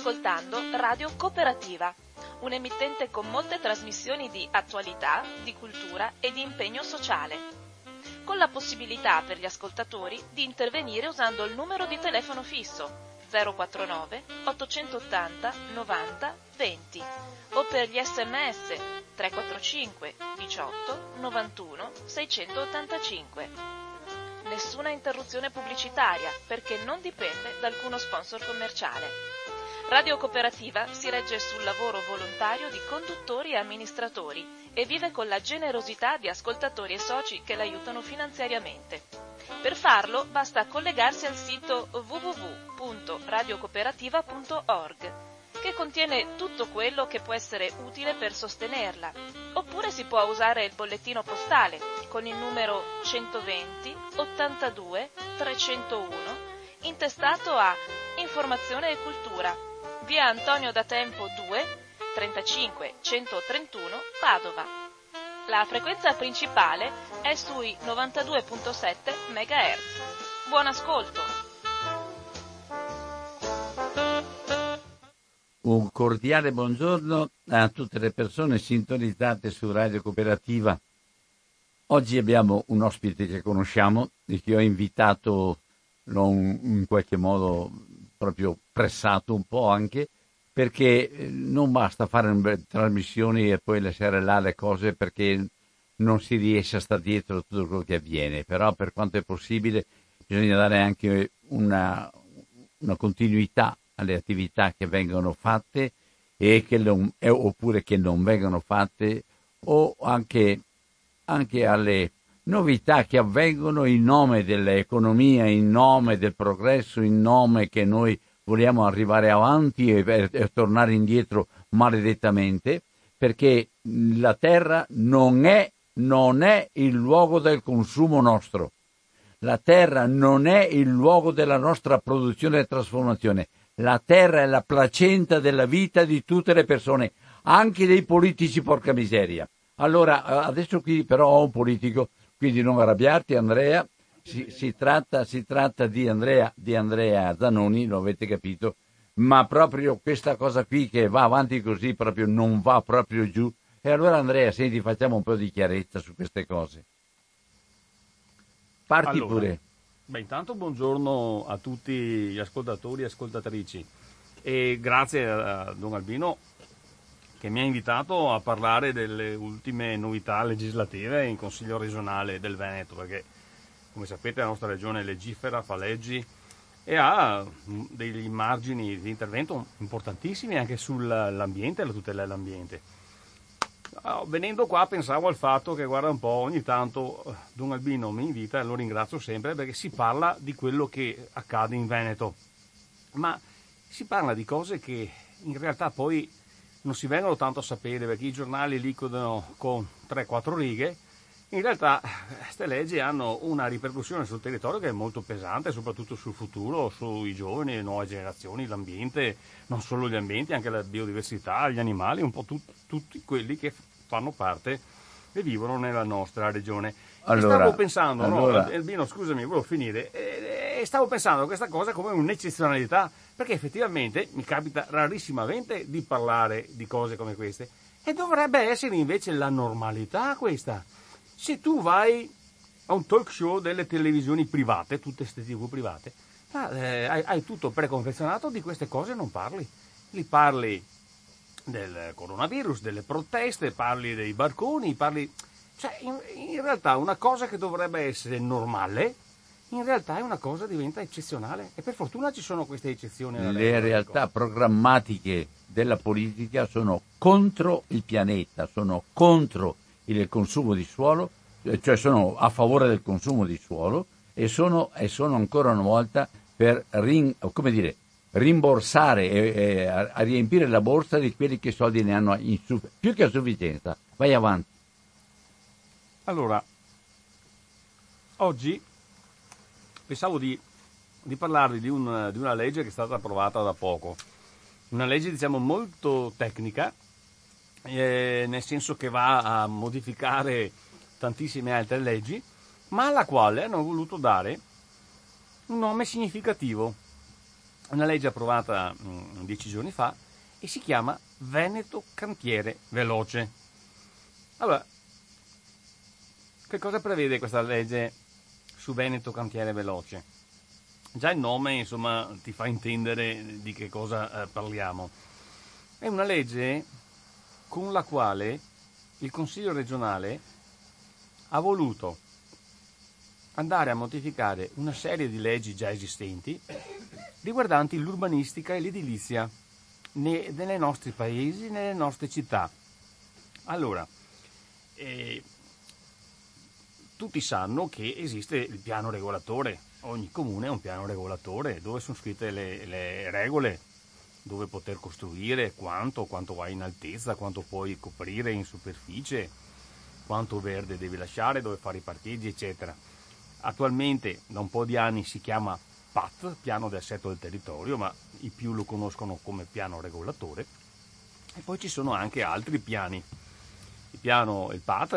ascoltando Radio Cooperativa, un emittente con molte trasmissioni di attualità, di cultura e di impegno sociale, con la possibilità per gli ascoltatori di intervenire usando il numero di telefono fisso 049 880 90 20 o per gli sms 345 18 91 685. Nessuna interruzione pubblicitaria perché non dipende da alcuno sponsor commerciale. Radio Cooperativa si regge sul lavoro volontario di conduttori e amministratori e vive con la generosità di ascoltatori e soci che l'aiutano finanziariamente. Per farlo basta collegarsi al sito www.radiocooperativa.org, che contiene tutto quello che può essere utile per sostenerla, oppure si può usare il bollettino postale con il numero 120 82 301 intestato a Informazione e Cultura, via Antonio da Tempo 2 35 131 Padova. La frequenza principale è sui 92.7 MHz. Buon ascolto! Un cordiale buongiorno a tutte le persone sintonizzate su Radio Cooperativa. Oggi abbiamo un ospite che conosciamo e che ho invitato, l'ho in qualche modo proprio pressato un po' anche, perché non basta fare trasmissioni e poi lasciare là le cose, perché non si riesce a stare dietro a tutto quello che avviene. Però per quanto è possibile bisogna dare anche una continuità alle attività che vengono fatte e oppure che non vengono fatte, o anche alle novità che avvengono in nome dell'economia, in nome del progresso, in nome che noi vogliamo arrivare avanti e tornare indietro maledettamente, perché la terra non è il luogo del consumo nostro. La terra non è il luogo della nostra produzione e trasformazione. La terra è la placenta della vita di tutte le persone, anche dei politici, porca miseria. Allora, adesso qui però ho un politico, quindi non arrabbiarti, Andrea. Si tratta di Andrea Zanoni, lo avete capito, ma proprio questa cosa qui che va avanti così proprio non va proprio giù. E allora, Andrea, senti, facciamo un po' di chiarezza su queste cose. Parti allora, pure. Beh, intanto buongiorno a tutti gli ascoltatori e ascoltatrici e grazie a Don Albino che mi ha invitato a parlare delle ultime novità legislative in Consiglio regionale del Veneto, perché come sapete la nostra regione legifera, fa leggi e ha degli margini di intervento importantissimi anche sull'ambiente e la tutela dell'ambiente. Venendo qua pensavo al fatto che, guarda un po', ogni tanto Don Albino mi invita e lo ringrazio sempre perché si parla di quello che accade in Veneto, ma si parla di cose che in realtà poi non si vengono tanto a sapere, perché i giornali liquidano con 3-4 righe. In realtà queste leggi hanno una ripercussione sul territorio che è molto pesante, soprattutto sul futuro, sui giovani, le nuove generazioni, l'ambiente, non solo gli ambienti, anche la biodiversità, gli animali, un po' tutti quelli che fanno parte e vivono nella nostra regione. Allora, stavo pensando, Albino, scusami, volevo finire, stavo pensando a questa cosa come un'eccezionalità, perché effettivamente mi capita rarissimamente di parlare di cose come queste, e dovrebbe essere invece la normalità questa. Se tu vai a un talk show delle televisioni private, tutte queste TV private, hai tutto preconfezionato, di queste cose non parli. Li parli del coronavirus, delle proteste, parli dei barconi, cioè in realtà una cosa che dovrebbe essere normale, in realtà è una cosa diventa eccezionale, e per fortuna ci sono queste eccezioni. Le realtà programmatiche della politica sono contro il pianeta, sono contro il consumo di suolo, cioè sono a favore del consumo di suolo e sono ancora una volta per rimborsare a riempire la borsa di quelli che soldi ne hanno più che a sufficienza. Vai avanti. Allora, oggi pensavo di parlarvi di una legge che è stata approvata da poco, una legge diciamo molto tecnica, nel senso che va a modificare tantissime altre leggi, ma alla quale hanno voluto dare un nome significativo. una legge approvata 10 giorni fa e si chiama Veneto Cantiere Veloce. Allora, che cosa prevede questa legge su Veneto Cantiere Veloce? Già il nome, insomma, ti fa intendere di che cosa parliamo. È una legge con la quale il Consiglio regionale ha voluto andare a modificare una serie di leggi già esistenti riguardanti l'urbanistica e l'edilizia nei nostri paesi, nelle nostre città. Allora, tutti sanno che esiste il piano regolatore, ogni comune ha un piano regolatore dove sono scritte le regole, dove poter costruire, quanto vai in altezza, quanto puoi coprire in superficie, quanto verde devi lasciare, dove fare i parcheggi, eccetera. Attualmente da un po' di anni si chiama PAT, piano di assetto del territorio, ma i più lo conoscono come piano regolatore. E poi ci sono anche altri piani. Il PAT,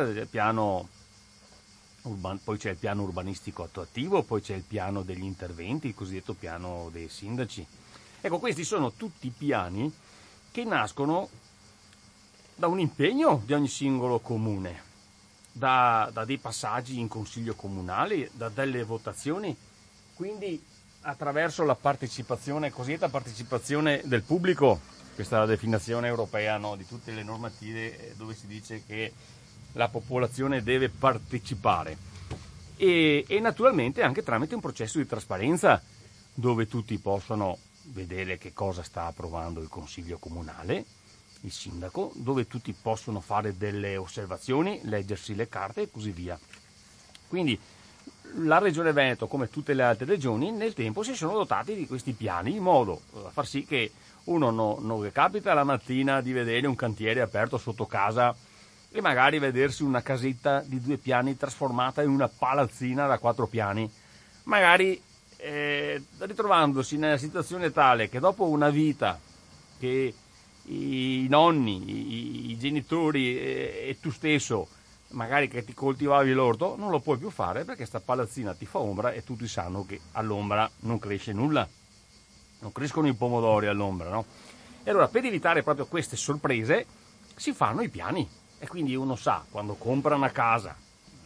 poi c'è il piano urbanistico attuativo, poi c'è il piano degli interventi, il cosiddetto piano dei sindaci. Ecco, questi sono tutti piani che nascono da un impegno di ogni singolo comune, da dei passaggi in consiglio comunale, da delle votazioni, quindi attraverso la partecipazione, cosiddetta partecipazione del pubblico, questa è la definizione europea, no, di tutte le normative dove si dice che la popolazione deve partecipare e naturalmente anche tramite un processo di trasparenza dove tutti possono vedere che cosa sta approvando il consiglio comunale, il sindaco, dove tutti possono fare delle osservazioni, leggersi le carte e così via. Quindi la Regione Veneto, come tutte le altre regioni, nel tempo si sono dotati di questi piani in modo da far sì che uno non capita la mattina di vedere un cantiere aperto sotto casa e magari vedersi una casetta di 2 piani trasformata in una palazzina da 4 piani, magari ritrovandosi nella situazione tale che dopo una vita che i nonni, i genitori e tu stesso magari che ti coltivavi l'orto non lo puoi più fare perché sta palazzina ti fa ombra e tutti sanno che all'ombra non cresce nulla, non crescono i pomodori all'ombra, no? E allora per evitare proprio queste sorprese si fanno i piani e quindi uno sa quando compra una casa,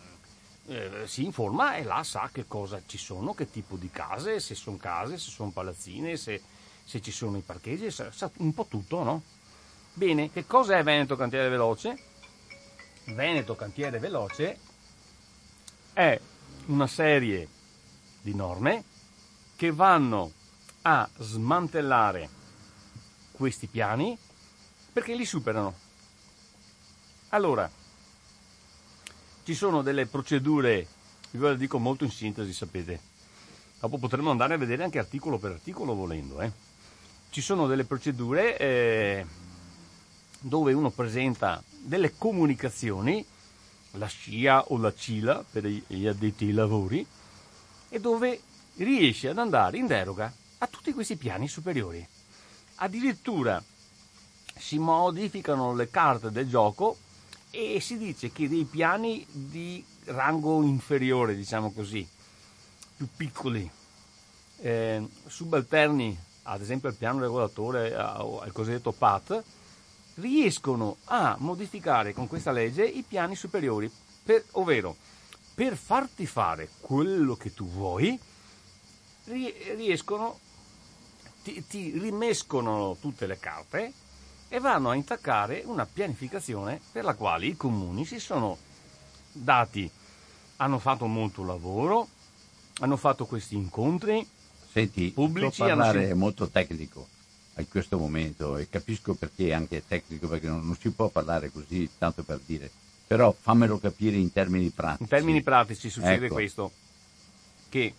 si informa e là sa che cosa ci sono, che tipo di case, se sono palazzine, se ci sono i parcheggi, sa un po' tutto, no? Bene, che cosa è Veneto Cantiere Veloce? Veneto Cantiere Veloce è una serie di norme che vanno a smantellare questi piani perché li superano. Allora, ci sono delle procedure, io ve lo dico molto in sintesi, sapete, dopo potremo andare a vedere anche articolo per articolo volendo, Ci sono delle procedure dove uno presenta delle comunicazioni, la SCIA o la CILA per gli addetti ai lavori, e dove riesce ad andare in deroga a tutti questi piani superiori. Addirittura si modificano le carte del gioco e si dice che dei piani di rango inferiore, diciamo così, più piccoli, subalterni, ad esempio al piano regolatore, al cosiddetto PAT, riescono a modificare con questa legge i piani superiori, ovvero per farti fare quello che tu vuoi, ti rimescono tutte le carte e vanno a intaccare una pianificazione per la quale i comuni si sono dati, hanno fatto molto lavoro, hanno fatto questi incontri. Senti, pubblici. Parlare è molto tecnico in questo momento e capisco perché anche è tecnico, perché non si può parlare così tanto per dire, però fammelo capire in termini pratici. In termini pratici succede questo, che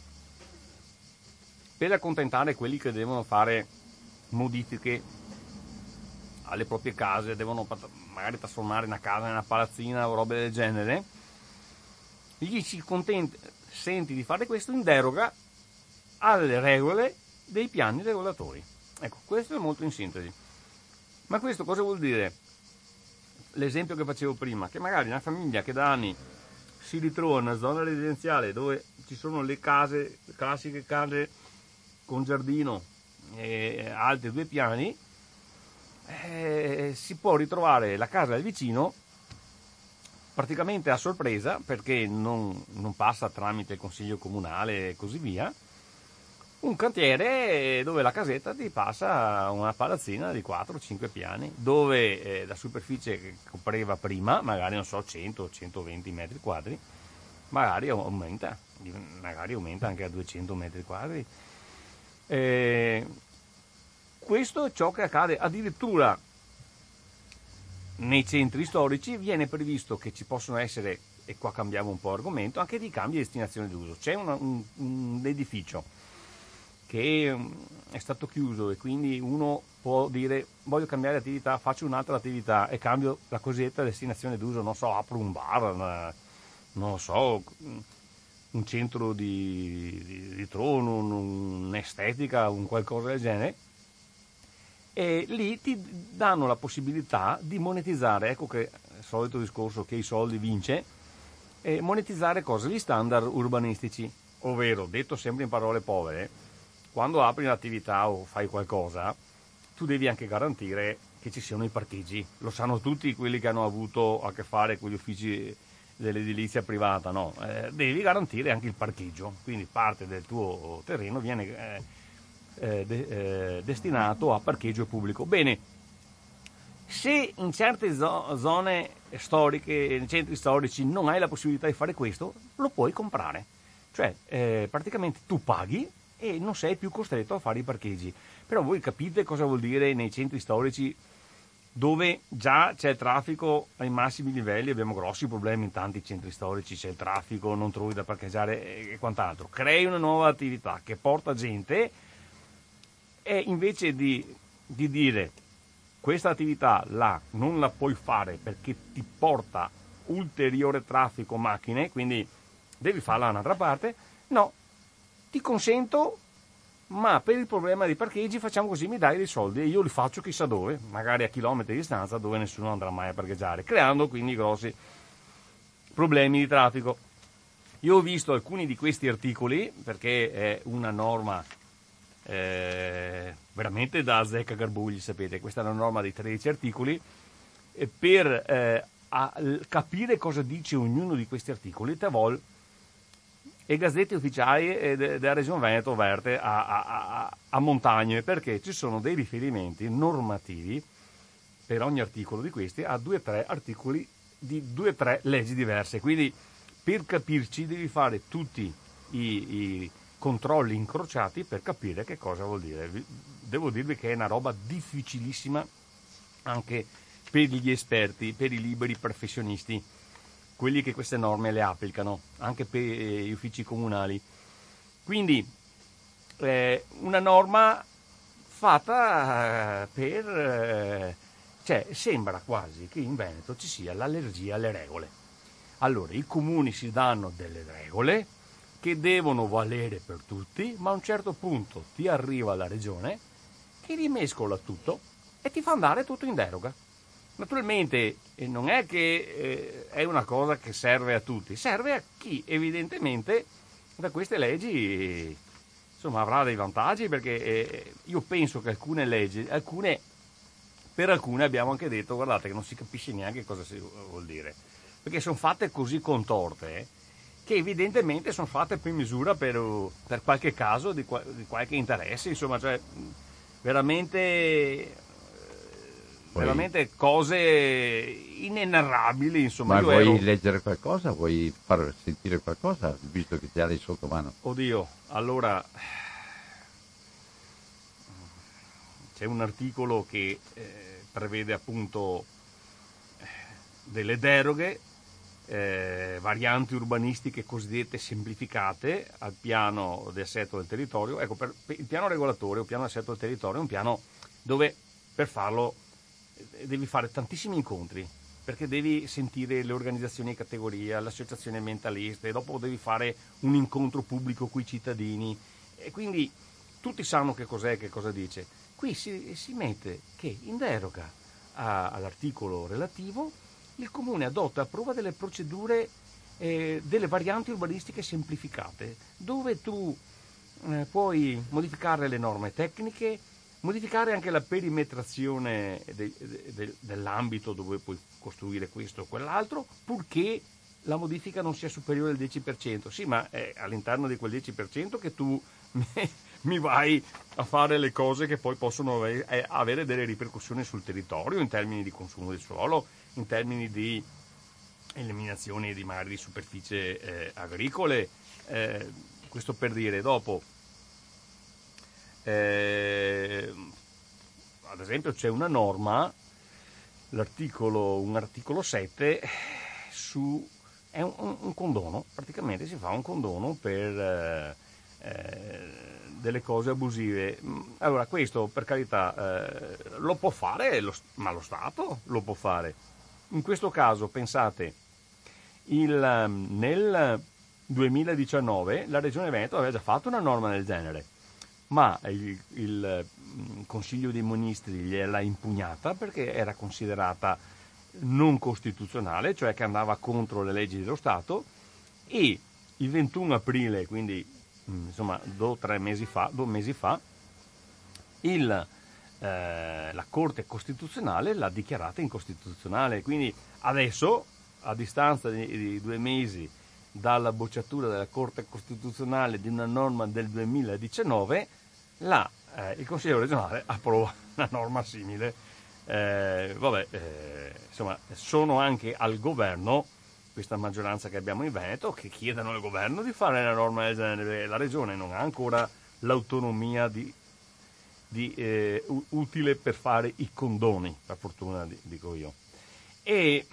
per accontentare quelli che devono fare modifiche alle proprie case, devono magari trasformare una casa in una palazzina o robe del genere, gli si senti di fare questo in deroga alle regole dei piani regolatori. Ecco, questo è molto in sintesi. Ma questo cosa vuol dire? L'esempio che facevo prima, che magari una famiglia che da anni si ritrova in una zona residenziale dove ci sono le case, le classiche case con giardino, alte 2 piani, si può ritrovare la casa del vicino praticamente a sorpresa, perché non passa tramite il consiglio comunale e così via, un cantiere dove la casetta ti passa una palazzina di 4-5 piani, dove la superficie che copriva prima, magari non so 100-120 metri quadri, magari aumenta anche a 200 metri quadri. Questo è ciò che accade. Addirittura nei centri storici viene previsto che ci possono essere, e qua cambiamo un po' argomento, anche dei cambi di destinazione d'uso. C'è un edificio che è stato chiuso e quindi uno può dire voglio cambiare attività, faccio un'altra attività e cambio la cosiddetta destinazione d'uso, non so, apro un bar, non so, un centro di trono, un'estetica, un qualcosa del genere, e lì ti danno la possibilità di monetizzare, ecco che il solito discorso che i soldi vince, monetizzare cosa? Gli standard urbanistici, ovvero, detto sempre in parole povere, quando apri un'attività o fai qualcosa, tu devi anche garantire che ci siano i parcheggi. Lo sanno tutti quelli che hanno avuto a che fare con gli uffici dell'edilizia privata, no? Devi garantire anche il parcheggio, quindi parte del tuo terreno viene destinato a parcheggio pubblico. Bene, se in certe zone storiche, nei centri storici, non hai la possibilità di fare questo, lo puoi comprare. Cioè, praticamente tu paghi e non sei più costretto a fare i parcheggi. Però voi capite cosa vuol dire nei centri storici dove già c'è il traffico ai massimi livelli, abbiamo grossi problemi in tanti centri storici, c'è il traffico, non trovi da parcheggiare e quant'altro. Crei una nuova attività che porta gente e invece di dire questa attività là non la puoi fare perché ti porta ulteriore traffico, macchine, quindi devi farla da un'altra parte, no, ti consento, ma per il problema dei parcheggi facciamo così, mi dai dei soldi e io li faccio chissà dove, magari a chilometri di distanza dove nessuno andrà mai a parcheggiare, creando quindi grossi problemi di traffico. Io ho visto alcuni di questi articoli, perché è una norma veramente da azzeccagarbugli, sapete, questa è una norma di 13 articoli, e per capire cosa dice ognuno di questi articoli te vol e gazzette ufficiali della Regione Veneto verte a montagne, perché ci sono dei riferimenti normativi per ogni articolo di questi a 2 o 3 articoli di 2 o 3 leggi diverse, quindi per capirci devi fare tutti i controlli incrociati per capire che cosa vuol dire. Devo dirvi che è una roba difficilissima anche per gli esperti, per i liberi professionisti, quelli che queste norme le applicano, anche per gli uffici comunali. Quindi una norma fatta per... cioè sembra quasi che in Veneto ci sia l'allergia alle regole. Allora, i comuni si danno delle regole che devono valere per tutti, ma a un certo punto ti arriva la regione che rimescola tutto e ti fa andare tutto in deroga. Naturalmente non è che è una cosa che serve a tutti, serve a chi evidentemente da queste leggi insomma avrà dei vantaggi, perché io penso che alcune leggi, per alcune abbiamo anche detto guardate che non si capisce neanche cosa vuol dire, perché sono fatte così contorte che evidentemente sono fatte per misura per qualche caso di qualche interesse, insomma, cioè veramente cose inenarrabili, insomma. Ma vuoi leggere qualcosa? Vuoi far sentire qualcosa, visto che ti hai sotto mano? Oddio, allora c'è un articolo che prevede appunto delle deroghe, varianti urbanistiche cosiddette semplificate al piano di assetto del territorio. Ecco, per il piano regolatore o piano di assetto del territorio è un piano dove per farlo devi fare tantissimi incontri, perché devi sentire le organizzazioni di categoria, le associazioni ambientaliste, dopo devi fare un incontro pubblico con i cittadini e quindi tutti sanno che cos'è, che cosa dice. Qui si mette che in deroga all'articolo relativo il Comune adotta e approva delle procedure, delle varianti urbanistiche semplificate, dove tu puoi modificare le norme tecniche, modificare anche la perimetrazione dell'ambito dove puoi costruire questo o quell'altro, purché la modifica non sia superiore al 10%. Sì, ma è all'interno di quel 10% che tu mi vai a fare le cose che poi possono avere delle ripercussioni sul territorio, in termini di consumo del suolo, in termini di eliminazione di magari di superficie agricole, questo per dire. Dopo, ad esempio, c'è una norma, un articolo 7 è un condono, praticamente si fa un condono per delle cose abusive. Allora, questo, per carità, lo può fare, ma lo Stato lo può fare. In questo caso, pensate, nel 2019 la Regione Veneto aveva già fatto una norma del genere, ma il Consiglio dei Ministri gliel'ha impugnata perché era considerata non costituzionale, cioè che andava contro le leggi dello Stato, e il 21 aprile, quindi insomma 2 mesi fa, la Corte Costituzionale l'ha dichiarata incostituzionale. Quindi adesso, a distanza di 2 mesi dalla bocciatura della Corte Costituzionale di una norma del 2019, il Consiglio regionale approva una norma simile. Insomma, sono anche al governo, questa maggioranza che abbiamo in Veneto, che chiedono al governo di fare una norma del genere. La regione non ha ancora l'autonomia utile per fare i condoni, per fortuna, dico io. E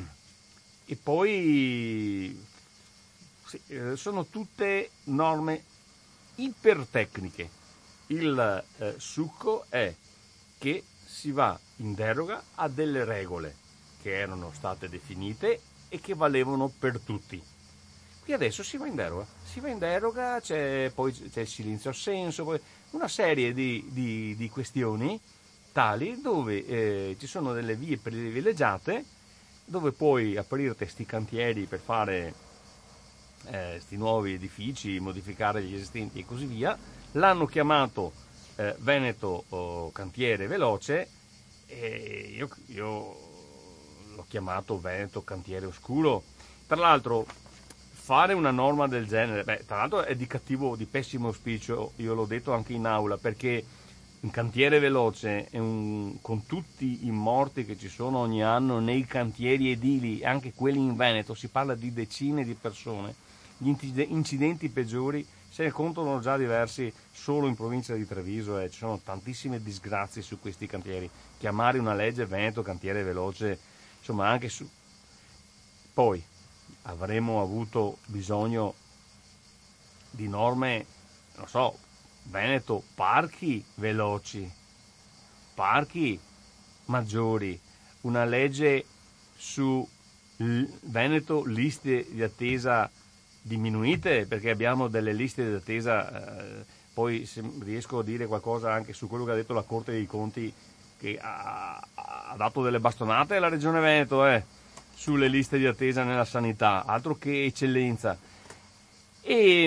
poi sono tutte norme ipertecniche. Il succo è che si va in deroga a delle regole che erano state definite e che valevano per tutti. Qui adesso si va in deroga, c'è il silenzio assenso, poi una serie di questioni tali dove ci sono delle vie privilegiate, dove puoi aprirti sti cantieri per fare sti nuovi edifici, modificare gli esistenti e così via. L'hanno chiamato Veneto Cantiere Veloce, e io l'ho chiamato Veneto Cantiere Oscuro. Tra l'altro, fare una norma del genere, tra l'altro è di pessimo auspicio, io l'ho detto anche in aula, perché un cantiere veloce con tutti i morti che ci sono ogni anno nei cantieri edili, anche quelli in Veneto, si parla di decine di persone. Gli incidenti peggiori se ne contano già diversi solo in provincia di Treviso, ci sono tantissime disgrazie su questi cantieri. Chiamare una legge Veneto Cantiere Veloce, insomma, anche su. Poi avremmo avuto bisogno di norme, non so, Veneto parchi veloci, parchi maggiori, una legge su Veneto liste di attesa diminuite, perché abbiamo delle liste di attesa. Poi, se riesco a dire qualcosa anche su quello che ha detto la Corte dei Conti, che ha dato delle bastonate alla Regione Veneto sulle liste di attesa nella sanità, altro che eccellenza. E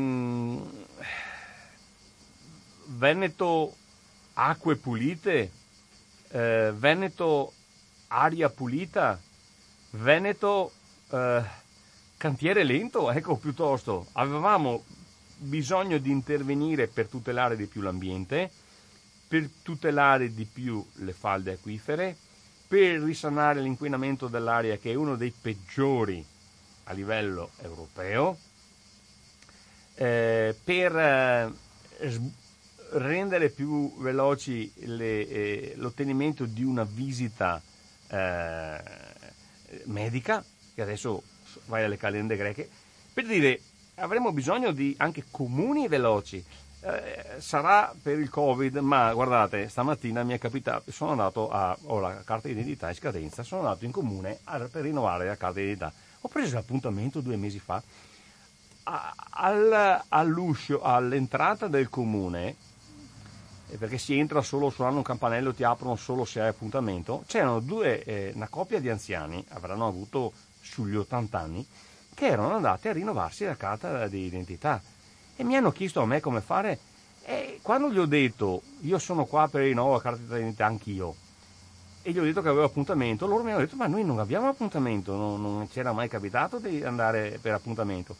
Veneto acque pulite, Veneto aria pulita, Veneto cantiere lento, ecco, piuttosto. Avevamo bisogno di intervenire per tutelare di più l'ambiente, per tutelare di più le falde acquifere, per risanare l'inquinamento dell'aria, che è uno dei peggiori a livello europeo, per rendere più veloci l'ottenimento di una visita medica, che adesso vai alle calende greche, per dire, avremo bisogno di anche comuni veloci. Sarà per il Covid, ma guardate, stamattina mi è capitato, ho la carta d'identità in scadenza, sono andato in comune per rinnovare la carta d'identità. Ho preso l'appuntamento 2 mesi fa. All'uscio, all'entrata del comune, perché si entra solo suonando un campanello, ti aprono solo se hai appuntamento, c'erano una coppia di anziani, avranno avuto sugli 80 anni, che erano andati a rinnovarsi la carta di identità. e mi hanno chiesto a me come fare, e quando gli ho detto io sono qua per il rinnovo a carta d'identità anch'io, e gli ho detto che avevo appuntamento, loro mi hanno detto ma noi non abbiamo appuntamento, non c'era mai capitato di andare per appuntamento.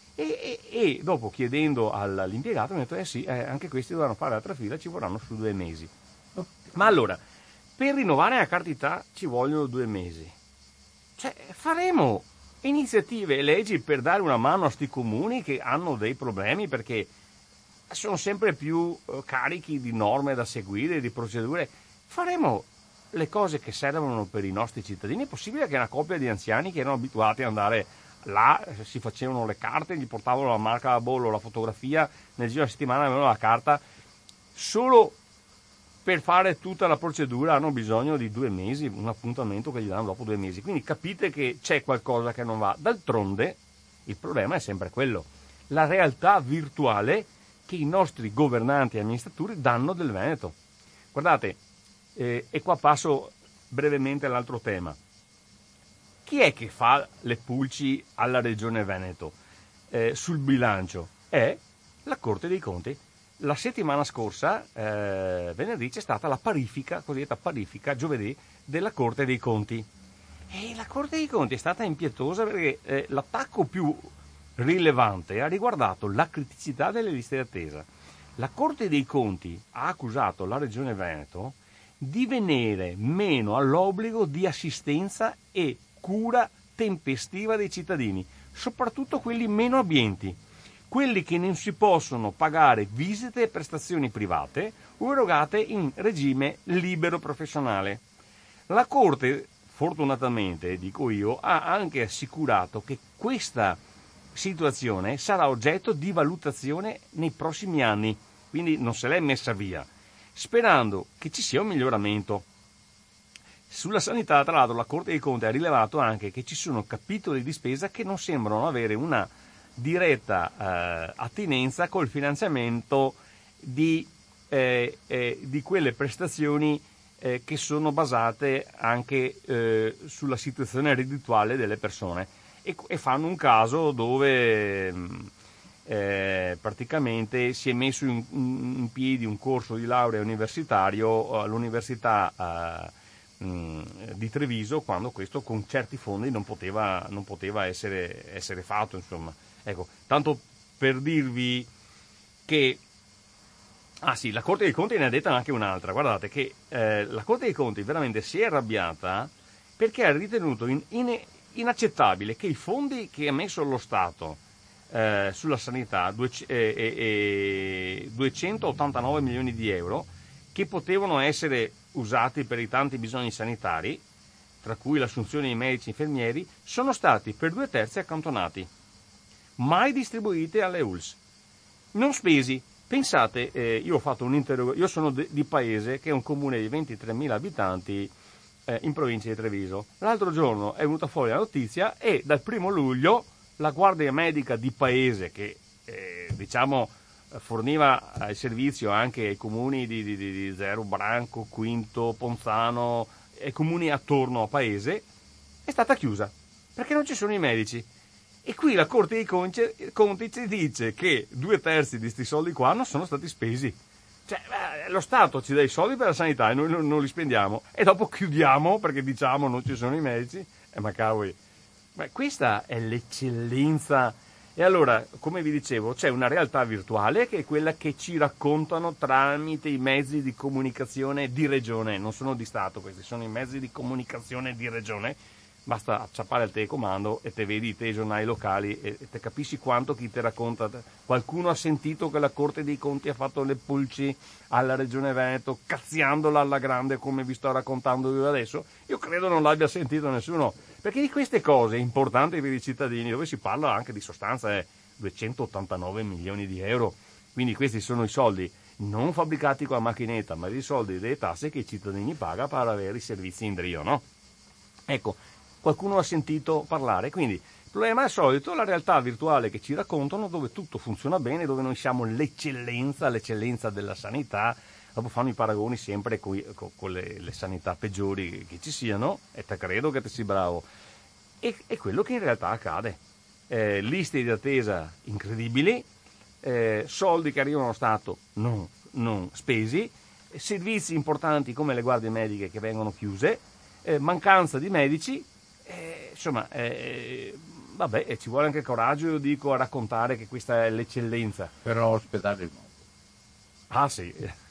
E dopo, chiedendo all'impiegato, mi ha detto sì, anche questi dovranno fare l'altra fila, ci vorranno su 2 mesi. Ma allora, per rinnovare la carta d'identità ci vogliono 2 mesi. Cioè, faremo iniziative e leggi per dare una mano a sti comuni che hanno dei problemi, perché sono sempre più carichi di norme da seguire, di procedure. Faremo le cose che servono per i nostri cittadini. È possibile che una coppia di anziani che erano abituati ad andare là, si facevano le carte, gli portavano la marca a bollo, la fotografia, nel giro di una settimana avevano la carta, solo per fare tutta la procedura hanno bisogno di 2 mesi, un appuntamento che gli danno dopo 2 mesi. Quindi capite che c'è qualcosa che non va. D'altronde il problema è sempre quello, la realtà virtuale che i nostri governanti e amministratori danno del Veneto. Guardate, e qua passo brevemente all'altro tema. Chi è che fa le pulci alla Regione Veneto sul bilancio? È la Corte dei Conti. La settimana scorsa, venerdì, c'è stata la parifica, cosiddetta parifica, giovedì, della Corte dei Conti. E la Corte dei Conti è stata impietosa perché l'attacco più rilevante ha riguardato la criticità delle liste d'attesa. La Corte dei Conti ha accusato la Regione Veneto di venire meno all'obbligo di assistenza e cura tempestiva dei cittadini, soprattutto quelli meno abbienti, quelli che non si possono pagare visite e prestazioni private o erogate in regime libero professionale. La Corte, fortunatamente, dico io, ha anche assicurato che questa situazione sarà oggetto di valutazione nei prossimi anni, quindi non se l'è messa via, sperando che ci sia un miglioramento. Sulla sanità, tra l'altro, la Corte dei Conti ha rilevato anche che ci sono capitoli di spesa che non sembrano avere una diretta attinenza col finanziamento di quelle prestazioni che sono basate anche sulla situazione reddituale delle persone, e fanno un caso dove praticamente si è messo in piedi un corso di laurea universitario all'università di Treviso, quando questo con certi fondi non poteva essere fatto, insomma. Ecco, tanto per dirvi che la Corte dei Conti ne ha detta anche un'altra. Guardate che la Corte dei Conti veramente si è arrabbiata perché ha ritenuto inaccettabile che i fondi che ha messo lo Stato sulla sanità, 289 milioni di euro, che potevano essere usati per i tanti bisogni sanitari, tra cui l'assunzione di medici e infermieri, sono stati per 2/3 accantonati, mai distribuiti alle ULSS, non spesi. Pensate, io ho fatto io sono di Paese, che è un comune di 23.000 abitanti in provincia di Treviso. L'altro giorno è venuta fuori la notizia e dal 1° luglio la Guardia Medica di Paese, che forniva il servizio anche ai comuni di Zero Branco, Quinto, Ponzano e comuni attorno a Paese, è stata chiusa perché non ci sono i medici. E qui la Corte dei Conti ci dice che 2/3 di questi soldi qua non sono stati spesi. Cioè, lo Stato ci dà i soldi per la sanità e noi non li spendiamo, e dopo chiudiamo perché diciamo non ci sono i medici. Ma cavoli, questa è l'eccellenza. E allora, come vi dicevo, c'è una realtà virtuale che è quella che ci raccontano tramite i mezzi di comunicazione di regione, non sono di Stato, questi sono i mezzi di comunicazione di regione. Basta acciappare il telecomando e te vedi i giornali locali e te capisci quanto chi te racconta. Qualcuno ha sentito che la Corte dei Conti ha fatto le pulci alla Regione Veneto, cazziandola alla grande come vi sto raccontando io adesso? Io credo non l'abbia sentito nessuno, perché di queste cose importanti per i cittadini, dove si parla anche di sostanza, 289 milioni di euro, quindi questi sono i soldi non fabbricati con la macchinetta, ma i soldi delle tasse che i cittadini pagano per avere i servizi in brio, no? Ecco, qualcuno ha sentito parlare, quindi il problema è il solito, la realtà virtuale che ci raccontano, dove tutto funziona bene, dove noi siamo l'eccellenza della sanità. Dopo fanno i paragoni sempre con le sanità peggiori che ci siano, e te credo che te sia bravo. E quello che in realtà accade. Liste di attesa incredibili, soldi che arrivano allo Stato non spesi, servizi importanti come le guardie mediche che vengono chiuse, mancanza di medici, insomma, vabbè, ci vuole anche coraggio, io dico, a raccontare che questa è l'eccellenza. Però ospedale nuovo. Ah sì,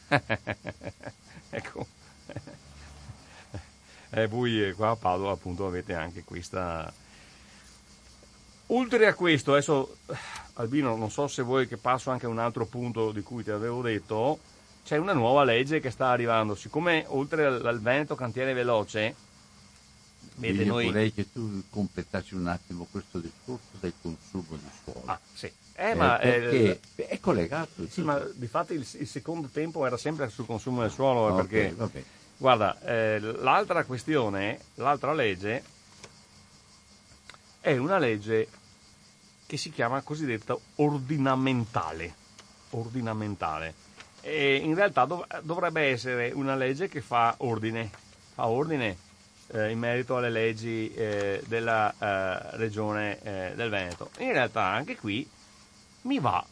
ecco. Voi qua a Padova appunto avete anche questa. Oltre a questo, adesso Albino, non so se vuoi che passo anche a un altro punto di cui ti avevo detto, c'è una nuova legge che sta arrivando, siccome oltre al Veneto Cantiere Veloce, vede, Io noi vorrei che tu completassi un attimo questo discorso del consumo di suolo. Ah sì, ma perché è collegato. sì, ma difatti il secondo tempo era sempre sul consumo del suolo, Okay, perché vabbè. guarda, l'altra questione, l'altra legge è una legge che si chiama cosiddetta ordinamentale. E in realtà dovrebbe essere una legge che fa ordine in merito alle leggi della regione del Veneto. In realtà anche qui mi va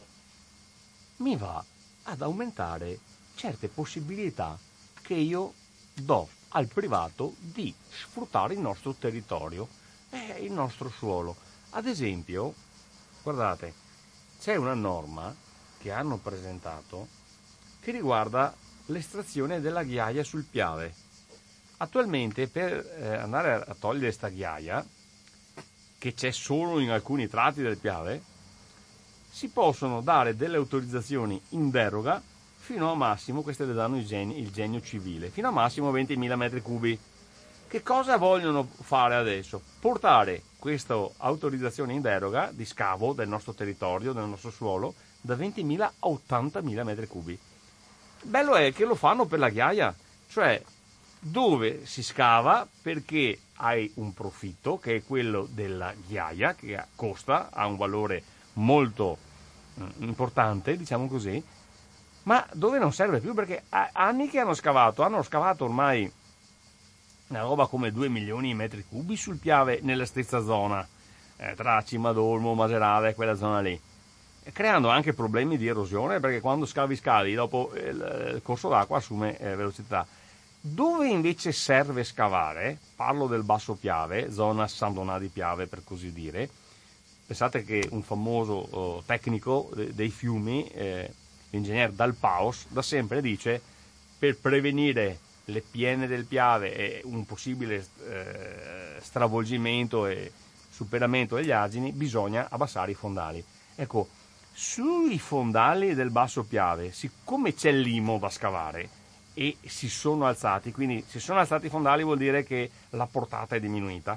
ad aumentare certe possibilità che io do al privato di sfruttare il nostro territorio e il nostro suolo. Ad esempio, guardate, c'è una norma che hanno presentato che riguarda l'estrazione della ghiaia sul Piave. Attualmente per andare a togliere sta ghiaia, che c'è solo in alcuni tratti del Piave, si possono dare delle autorizzazioni in deroga fino a massimo, queste le danno il genio civile, fino a massimo 20.000 metri cubi. Che cosa vogliono fare adesso? Portare questa autorizzazione in deroga di scavo del nostro territorio, del nostro suolo, da 20.000 a 80.000 metri cubi. Bello è che lo fanno per la ghiaia, cioè dove si scava perché hai un profitto che è quello della ghiaia, che costa, ha un valore molto importante, diciamo così, ma dove non serve più perché anni che hanno scavato ormai una roba come 2 milioni di metri cubi sul Piave nella stessa zona, tra Cimadolmo, Maserata, quella zona lì, creando anche problemi di erosione perché quando scavi dopo il corso d'acqua assume velocità. Dove invece serve scavare, parlo del Basso Piave, zona San Donà di Piave per così dire. Pensate che un famoso tecnico dei fiumi, l'ingegner Dal Paus, da sempre dice: per prevenire le piene del Piave e un possibile stravolgimento e superamento degli argini bisogna abbassare i fondali. Ecco, sui fondali del Basso Piave, siccome c'è l'IMO da scavare e si sono alzati, quindi si sono alzati i fondali vuol dire che la portata è diminuita.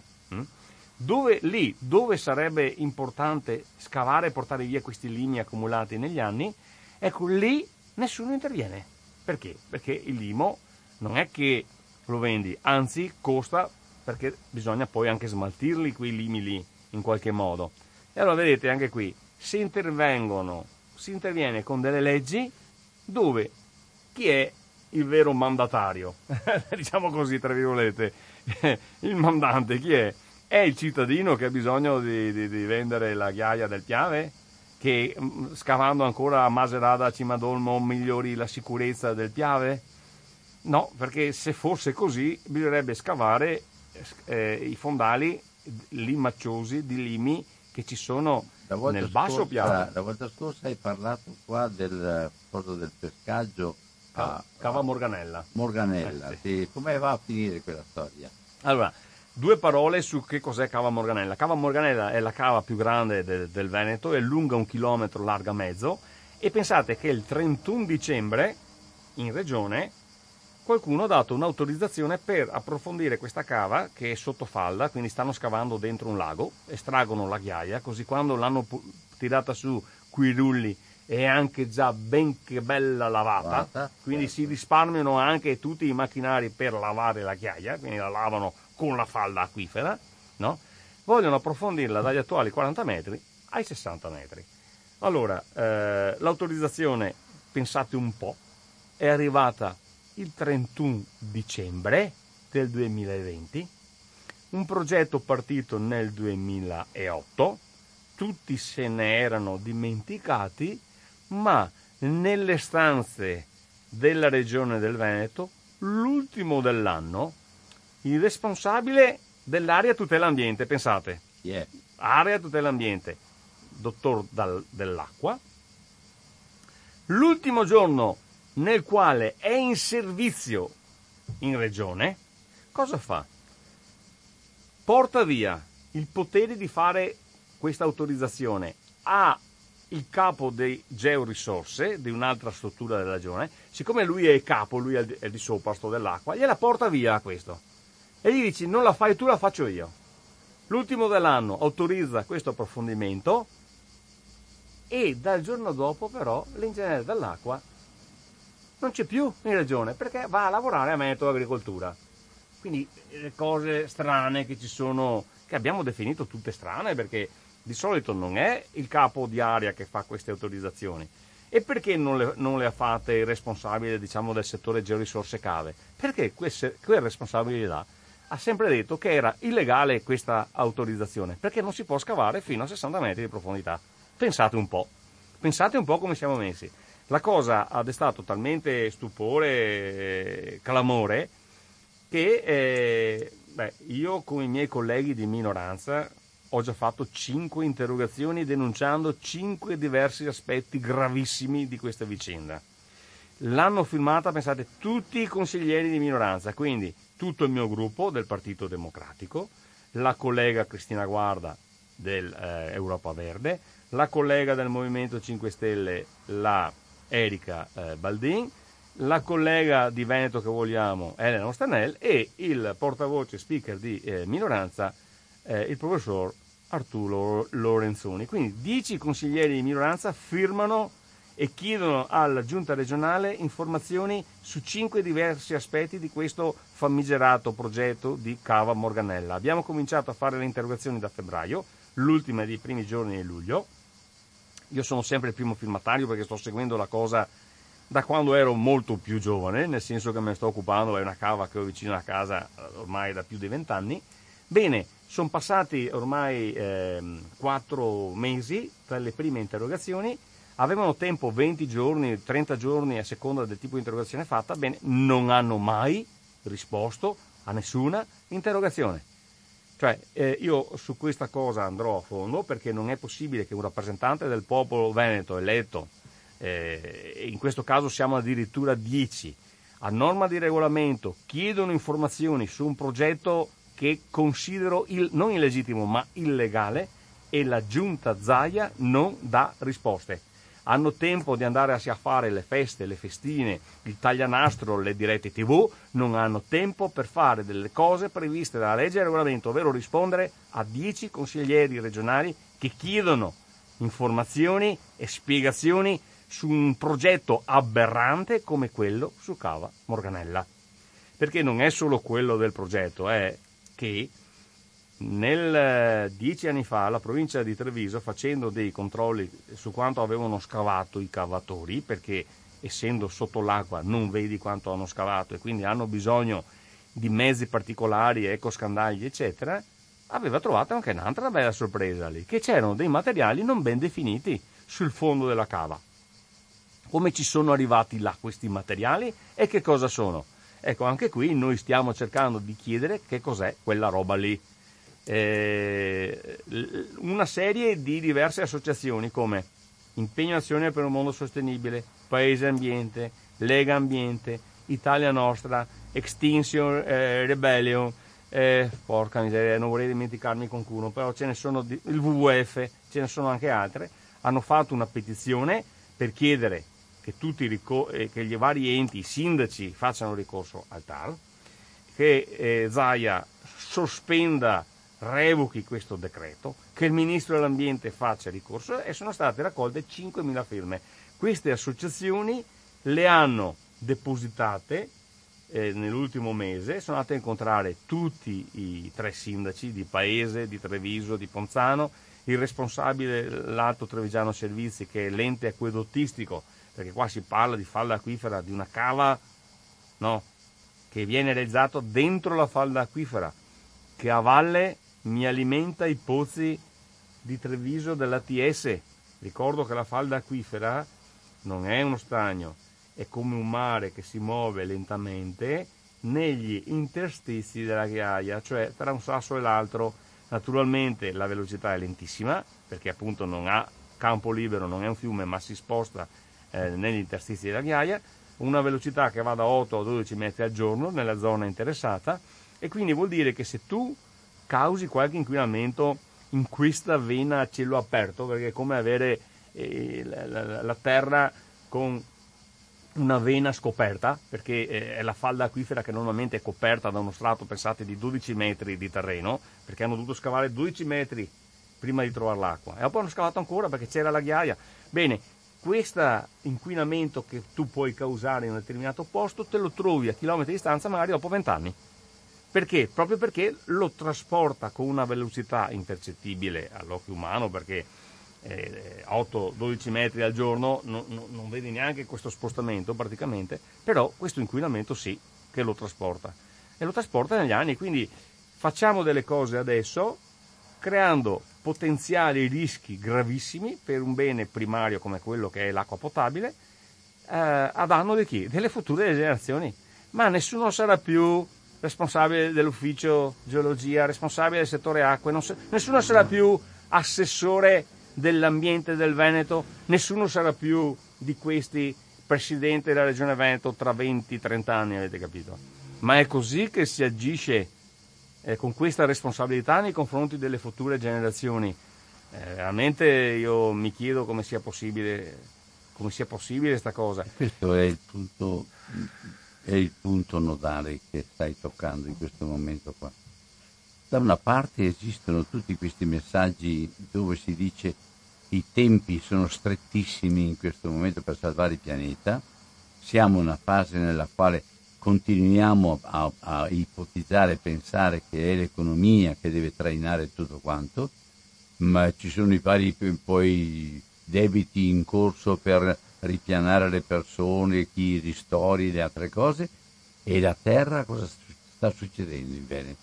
Dove sarebbe importante scavare e portare via questi limi accumulati negli anni, ecco lì nessuno interviene. Perché? Perché il limo non è che lo vendi, anzi costa, perché bisogna poi anche smaltirli quei limi lì in qualche modo. E allora vedete anche qui si interviene con delle leggi dove chi è il vero mandatario, diciamo così tra virgolette, il mandante chi è? È il cittadino che ha bisogno di vendere la ghiaia del Piave, che scavando ancora a Maserata, a Cimadolmo migliori la sicurezza del Piave? No, perché se fosse così bisognerebbe scavare i fondali limacciosi di limi che ci sono nel Basso Piave. La volta scorsa hai parlato qua del pescaggio Cava Morganella. Sì. Come va a finire quella storia? Allora, 2 parole su che cos'è Cava Morganella. Cava Morganella è la cava più grande del Veneto, è lunga 1 chilometro, larga mezzo, e pensate che il 31 dicembre in regione qualcuno ha dato un'autorizzazione per approfondire questa cava che è sotto falda, quindi stanno scavando dentro un lago, estraggono la ghiaia, così quando l'hanno tirata su quei rulli è anche già ben che bella lavata, quindi si risparmiano anche tutti i macchinari per lavare la ghiaia, quindi la lavano con la falda acquifera, no? Vogliono approfondirla dagli attuali 40 metri ai 60 metri. Allora, l'autorizzazione, pensate un po', è arrivata il 31 dicembre del 2020, un progetto partito nel 2008, tutti se ne erano dimenticati, ma nelle stanze della regione del Veneto, l'ultimo dell'anno, il responsabile dell'area tutela ambiente, pensate, area tutela ambiente, dottor Dell'Acqua, l'ultimo giorno nel quale è in servizio in regione, cosa fa? Porta via il potere di fare questa autorizzazione a il capo dei georisorse di un'altra struttura della regione. Siccome lui è il capo, lui è di sopra, sto Dell'Acqua, gliela porta via questo e gli dici: non la fai tu, la faccio io. L'ultimo dell'anno autorizza questo approfondimento e dal giorno dopo però l'ingegnere Dell'Acqua non c'è più in regione perché va a lavorare a Veneto Agricoltura. Quindi le cose strane che ci sono, che abbiamo definito tutte strane, perché di solito non è il capo di area che fa queste autorizzazioni. E perché non le ha fatte il responsabile, diciamo, del settore georisorse cave? Perché quel responsabile là ha sempre detto che era illegale questa autorizzazione, perché non si può scavare fino a 60 metri di profondità. Pensate un po' come siamo messi. La cosa ha destato talmente stupore, clamore, che io con i miei colleghi di minoranza ho già fatto 5 interrogazioni denunciando 5 diversi aspetti gravissimi di questa vicenda. L'hanno firmata, pensate, tutti i consiglieri di minoranza, quindi tutto il mio gruppo del Partito Democratico, la collega Cristina Guarda del Europa Verde, la collega del Movimento 5 Stelle, la Erika Baldin, la collega di Veneto che vogliamo, Elena Ostanel, e il portavoce speaker di minoranza, il professor Arturo Lorenzoni. Quindi 10 consiglieri di minoranza firmano e chiedono alla giunta regionale informazioni su 5 diversi aspetti di questo famigerato progetto di cava Morganella. Abbiamo cominciato a fare le interrogazioni da febbraio, l'ultima dei primi giorni di luglio. Io sono sempre il primo firmatario perché sto seguendo la cosa da quando ero molto più giovane, nel senso che me ne sto occupando, è una cava che ho vicino a casa ormai da più di 20 anni. Bene, sono passati ormai 4 mesi tra le prime interrogazioni, avevano tempo 20 giorni, 30 giorni a seconda del tipo di interrogazione fatta. Bene, non hanno mai risposto a nessuna interrogazione. Cioè, io su questa cosa andrò a fondo, perché non è possibile che un rappresentante del popolo veneto eletto, in questo caso siamo addirittura 10, a norma di regolamento, chiedono informazioni su un progetto che considero non illegittimo ma illegale, e la giunta Zaia non dà risposte. Hanno tempo di andare a fare le feste, le festine, il taglianastro, le dirette TV, non hanno tempo per fare delle cose previste dalla legge e regolamento, ovvero rispondere a 10 consiglieri regionali che chiedono informazioni e spiegazioni su un progetto aberrante come quello su cava Morganella. Perché non è solo quello del progetto, è che 10 anni fa la provincia di Treviso, facendo dei controlli su quanto avevano scavato i cavatori, perché essendo sotto l'acqua non vedi quanto hanno scavato e quindi hanno bisogno di mezzi particolari, ecoscandagli eccetera, aveva trovato anche un'altra bella sorpresa lì, che c'erano dei materiali non ben definiti sul fondo della cava. Come ci sono arrivati là questi materiali e che cosa sono? Ecco, anche qui noi stiamo cercando di chiedere che cos'è quella roba lì. Una serie di diverse associazioni come Impegno Azione per un Mondo Sostenibile, Paese Ambiente, Lega Ambiente, Italia Nostra, Extinction Rebellion, porca miseria, non vorrei dimenticarmi qualcuno, però ce ne sono, il WWF, ce ne sono anche altre, hanno fatto una petizione per chiedere che che gli vari enti, i sindaci facciano ricorso al TAR, che Zaia sospenda, revochi questo decreto, che il ministro dell'ambiente faccia ricorso, e sono state raccolte 5.000 firme. Queste associazioni le hanno depositate nell'ultimo mese, sono andate a incontrare tutti i 3 sindaci di Paese, di Treviso, di Ponzano, il responsabile dell'Alto Trevigiano Servizi, che è l'ente acquedottistico, perché qua si parla di falda acquifera, di una cava, no, che viene realizzato dentro la falda acquifera, che a valle mi alimenta i pozzi di Treviso dell'ATS. Ricordo che la falda acquifera non è uno stagno, è come un mare che si muove lentamente negli interstizi della ghiaia, cioè tra un sasso e l'altro. Naturalmente la velocità è lentissima, perché appunto non ha campo libero, non è un fiume, ma si sposta negli interstizi della ghiaia, una velocità che va da 8 a 12 metri al giorno nella zona interessata, e quindi vuol dire che se tu causi qualche inquinamento in questa vena a cielo aperto, perché è come avere la terra con una vena scoperta, perché è la falda acquifera che normalmente è coperta da uno strato, pensate, di 12 metri di terreno, perché hanno dovuto scavare 12 metri prima di trovare l'acqua, e poi hanno scavato ancora perché c'era la ghiaia. Bene, questo inquinamento che tu puoi causare in un determinato posto te lo trovi a chilometri di distanza magari dopo 20 anni. Perché? Proprio perché lo trasporta con una velocità impercettibile all'occhio umano, perché 8-12 metri al giorno non vedi neanche questo spostamento praticamente, però questo inquinamento sì che lo trasporta, e lo trasporta negli anni. Quindi facciamo delle cose adesso creando potenziali rischi gravissimi per un bene primario come quello che è l'acqua potabile, a danno di chi? Delle future generazioni. Ma nessuno sarà più responsabile dell'ufficio geologia, responsabile del settore acque, nessuno sarà più assessore dell'ambiente del Veneto, nessuno sarà più di questi presidente della regione Veneto tra 20-30 anni, avete capito? Ma è così che si agisce con questa responsabilità nei confronti delle future generazioni. Veramente io mi chiedo come sia possibile questa cosa. Questo è il punto nodale che stai toccando in questo momento qua. Da una parte esistono tutti questi messaggi dove si dice i tempi sono strettissimi in questo momento per salvare il pianeta, siamo in una fase nella quale continuiamo a ipotizzare e pensare che è l'economia che deve trainare tutto quanto, ma ci sono i vari poi debiti in corso per ripianare le persone, chi ristori, le altre cose. E la terra, cosa sta succedendo in Veneto?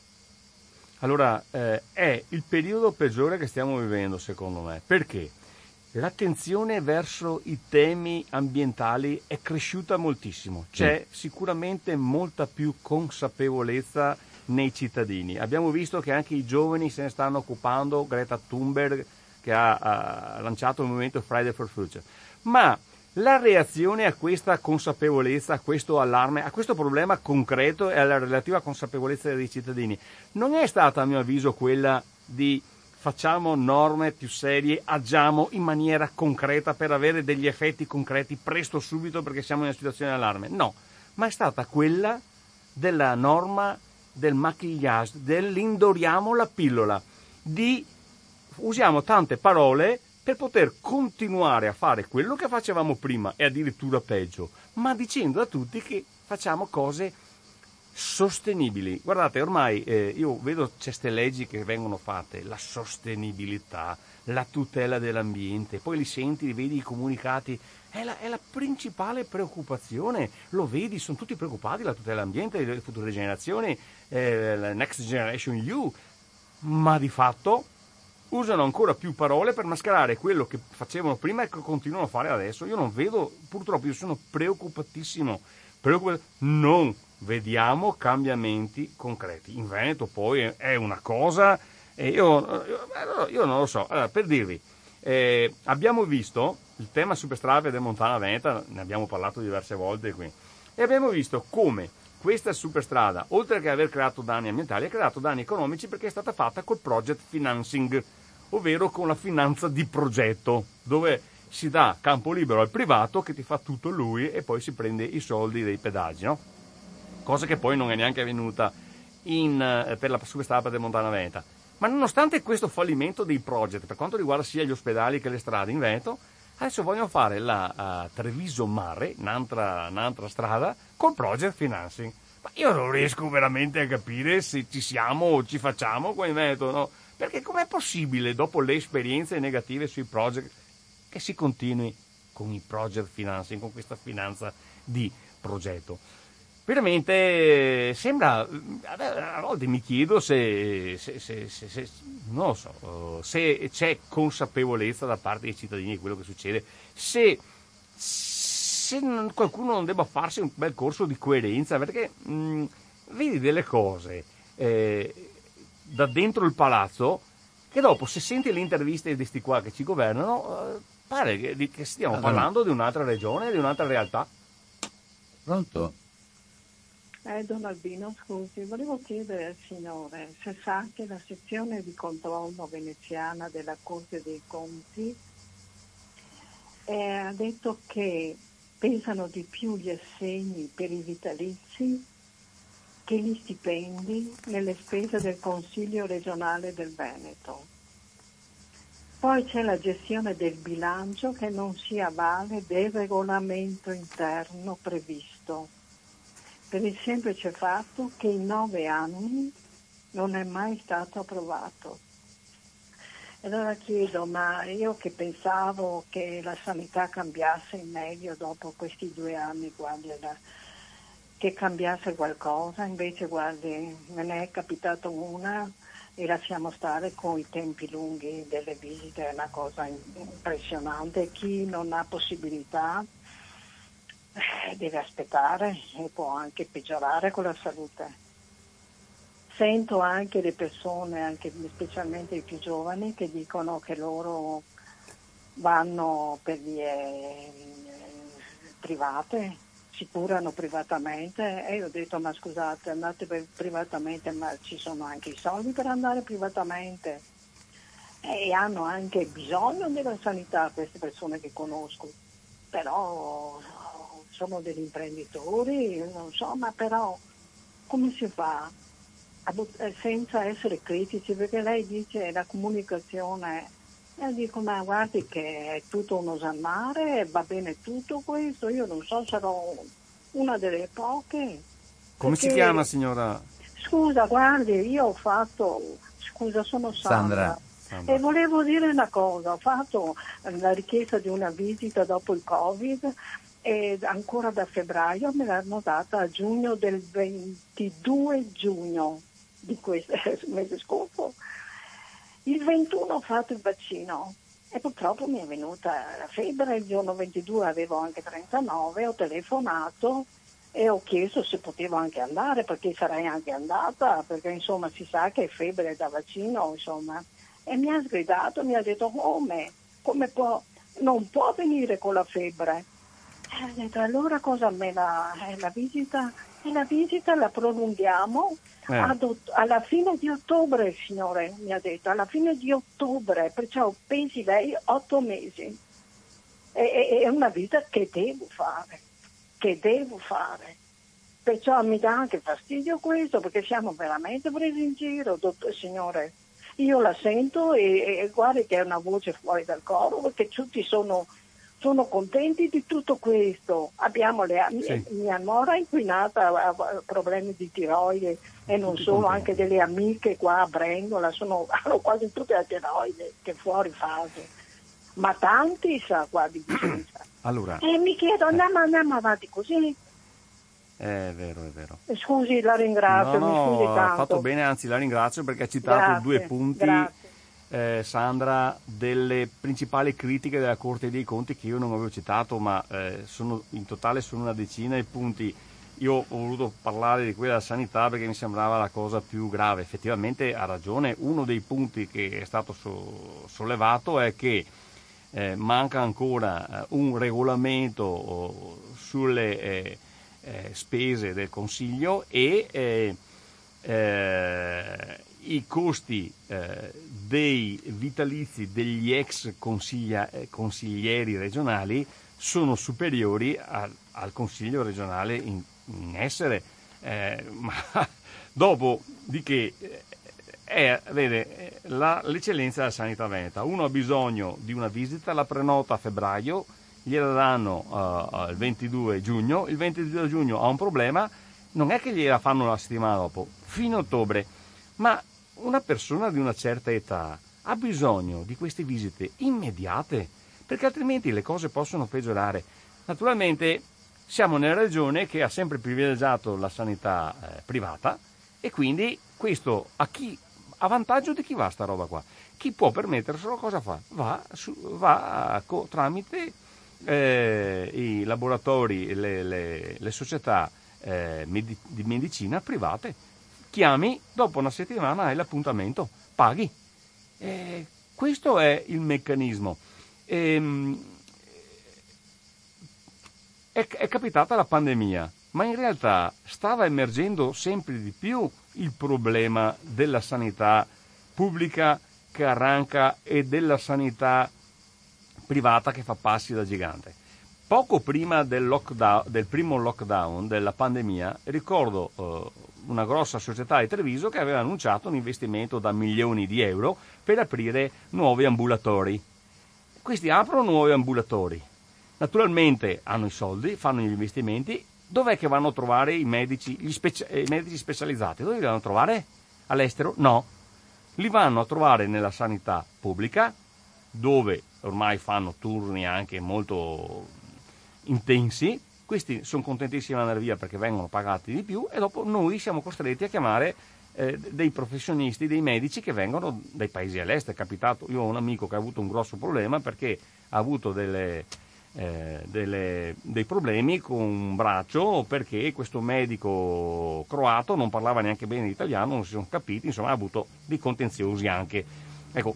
Allora, è il periodo peggiore che stiamo vivendo, secondo me. Perché? L'attenzione verso i temi ambientali è cresciuta moltissimo. C'è sicuramente molta più consapevolezza nei cittadini. Abbiamo visto che anche i giovani se ne stanno occupando, Greta Thunberg che ha lanciato il movimento Friday for Future. Ma la reazione a questa consapevolezza, a questo allarme, a questo problema concreto e alla relativa consapevolezza dei cittadini non è stata, a mio avviso, quella di facciamo norme più serie, agiamo in maniera concreta per avere degli effetti concreti presto, subito, perché siamo in una situazione di allarme. No, ma è stata quella della norma del maquillage, dell'indoriamo la pillola, di usiamo tante parole per poter continuare a fare quello che facevamo prima e addirittura peggio, ma dicendo a tutti che facciamo cose sostenibili. Guardate, ormai io vedo queste leggi che vengono fatte, la sostenibilità, la tutela dell'ambiente, poi li senti, li vedi i comunicati, è la principale preoccupazione, lo vedi, sono tutti preoccupati della tutela dell'ambiente, delle future generazioni, la Next Generation EU, ma di fatto usano ancora più parole per mascherare quello che facevano prima e che continuano a fare adesso. Io non vedo, purtroppo io sono preoccupatissimo, non vediamo cambiamenti concreti. In Veneto poi è una cosa, io non lo so. Allora, per dirvi, abbiamo visto il tema superstrade del Montana Veneta, ne abbiamo parlato diverse volte qui, e abbiamo visto come questa superstrada, oltre che aver creato danni ambientali, ha creato danni economici perché è stata fatta col project financing, ovvero con la finanza di progetto, dove si dà campo libero al privato che ti fa tutto lui e poi si prende i soldi dei pedaggi, no? Cosa che poi non è neanche avvenuta per la superstrada del Montana Veneta. Ma nonostante questo fallimento dei project, per quanto riguarda sia gli ospedali che le strade in Veneto, adesso vogliono fare la Treviso Mare, un'altra strada, col project financing. Ma io non riesco veramente a capire se ci siamo o ci facciamo qua in Veneto, no? Perché com'è possibile, dopo le esperienze negative sui project, che si continui con i project financing, con questa finanza di progetto? Veramente sembra, a volte mi chiedo se non lo so, se c'è consapevolezza da parte dei cittadini di quello che succede, se se qualcuno non debba farsi un bel corso di coerenza, perché vedi delle cose da dentro il palazzo che dopo, se senti le interviste di questi qua che ci governano, pare che stiamo parlando di un'altra regione, di un'altra realtà. Pronto? Don Albino, scusi, volevo chiedere al signore se sa che la sezione di controllo veneziana della Corte dei Conti ha detto che pesano di più gli assegni per i vitalizi che gli stipendi nelle spese del Consiglio regionale del Veneto. Poi c'è la gestione del bilancio che non si avvale del regolamento interno previsto, per il semplice fatto che in 9 anni non è mai stato approvato. Allora chiedo, ma io che pensavo che la sanità cambiasse in meglio dopo questi 2 anni, guardi, che cambiasse qualcosa, invece guardi, me ne è capitato una e lasciamo stare con i tempi lunghi delle visite, è una cosa impressionante. Chi non ha possibilità deve aspettare e può anche peggiorare con la salute. Sento anche le persone, anche specialmente i più giovani, che dicono che loro vanno per vie private, si curano privatamente, e io ho detto ma scusate, andate privatamente, ma ci sono anche i soldi per andare privatamente e hanno anche bisogno della sanità queste persone che conosco, però sono degli imprenditori, non so, ma però come si fa senza essere critici? Perché lei dice la comunicazione, e dico ma guardi che è tutto un osannare, va bene tutto questo, io non so, sarò una delle poche. Come si chiama, signora? Scusa, guardi, io ho fatto, scusa, sono Sandra. E volevo dire una cosa, ho fatto la richiesta di una visita dopo il Covid e ancora da febbraio me l'hanno data a giugno, del 22 giugno di questo mese scorso. Il 21 ho fatto il vaccino e purtroppo mi è venuta la febbre, il giorno 22 avevo anche 39, ho telefonato e ho chiesto se potevo anche andare, perché sarei anche andata, perché insomma si sa che è febbre da vaccino, insomma. E mi ha sgridato, mi ha detto come può, non può venire con la febbre. E ho detto allora cosa me la visita? E la visita la prolunghiamo alla fine di ottobre, signore, mi ha detto, alla fine di ottobre, perciò pensi lei 8 mesi. È una vita che devo fare. Perciò mi dà anche fastidio questo, perché siamo veramente presi in giro, signore. Io la sento e guardi che è una voce fuori dal coro, perché tutti sono contenti di tutto questo. Abbiamo mia nuora inquinata, ha problemi di tiroide e non tutti solo, contenti. Anche delle amiche qua a Brendola hanno quasi tutte la tiroide che è fuori fase, ma tanti sa qua di licenza. Allora. E mi chiedo, andiamo avanti così? È vero. Scusi, la ringrazio, mi scusi tanto. Ha fatto bene, anzi la ringrazio perché ha citato 2 punti. Sandra, delle principali critiche della Corte dei Conti che io non avevo citato, ma in totale sono una decina i punti. Io ho voluto parlare di quella della sanità perché mi sembrava la cosa più grave. Effettivamente ha ragione, uno dei punti che è stato sollevato è che manca ancora un regolamento sulle spese del Consiglio e i costi dei vitalizi degli ex consiglieri regionali sono superiori al Consiglio regionale in essere, ma dopo di che vede l'eccellenza della sanità veneta. Uno ha bisogno di una visita, la prenota a febbraio, gliela danno il 22 giugno, il 22 giugno ha un problema, non è che gliela fanno la settimana dopo, fino a ottobre, ma una persona di una certa età ha bisogno di queste visite immediate, perché altrimenti le cose possono peggiorare. Naturalmente siamo nella regione che ha sempre privilegiato la sanità privata e quindi questo a vantaggio di chi va sta roba qua? Chi può permetterselo cosa fa? Va tramite i laboratori, le società di medicina private, chiami, dopo una settimana hai l'appuntamento, paghi. Questo è il meccanismo. È capitata la pandemia, ma in realtà stava emergendo sempre di più il problema della sanità pubblica che arranca e della sanità privata che fa passi da gigante. Poco prima del primo lockdown della pandemia, ricordo una grossa società di Treviso che aveva annunciato un investimento da milioni di euro per aprire nuovi ambulatori. Questi aprono nuovi ambulatori. Naturalmente hanno i soldi, fanno gli investimenti. Dov'è che vanno a trovare i medici, i medici specializzati? Dove li vanno a trovare? All'estero? No. Li vanno a trovare nella sanità pubblica, dove ormai fanno turni anche molto intensi. Questi sono contentissimi di andare via perché vengono pagati di più, e dopo noi siamo costretti a chiamare dei professionisti, dei medici che vengono dai paesi all'est. È capitato, io ho un amico che ha avuto un grosso problema perché ha avuto dei problemi con un braccio, perché questo medico croato non parlava neanche bene l'italiano, non si sono capiti, insomma ha avuto dei contenziosi anche. Ecco,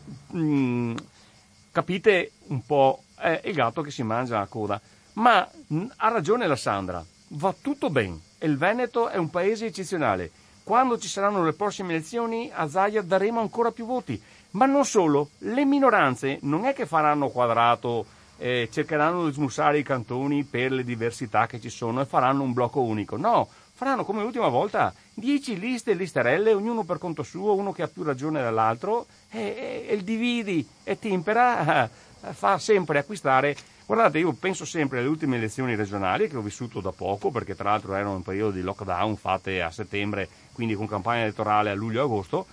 capite un po' il gatto che si mangia la coda. Ma ha ragione la Sandra, va tutto bene e il Veneto è un paese eccezionale. Quando ci saranno le prossime elezioni a Zaia daremo ancora più voti, ma non solo, le minoranze non è che faranno quadrato, cercheranno di smussare i cantoni per le diversità che ci sono e faranno un blocco unico. No, faranno come l'ultima volta, 10 liste, listerelle, ognuno per conto suo, uno che ha più ragione dell'altro, e il dividi e timpera fa sempre acquistare. Guardate, io penso sempre alle ultime elezioni regionali che ho vissuto da poco, perché tra l'altro erano un periodo di lockdown fatte a settembre, quindi con campagna elettorale a luglio-agosto.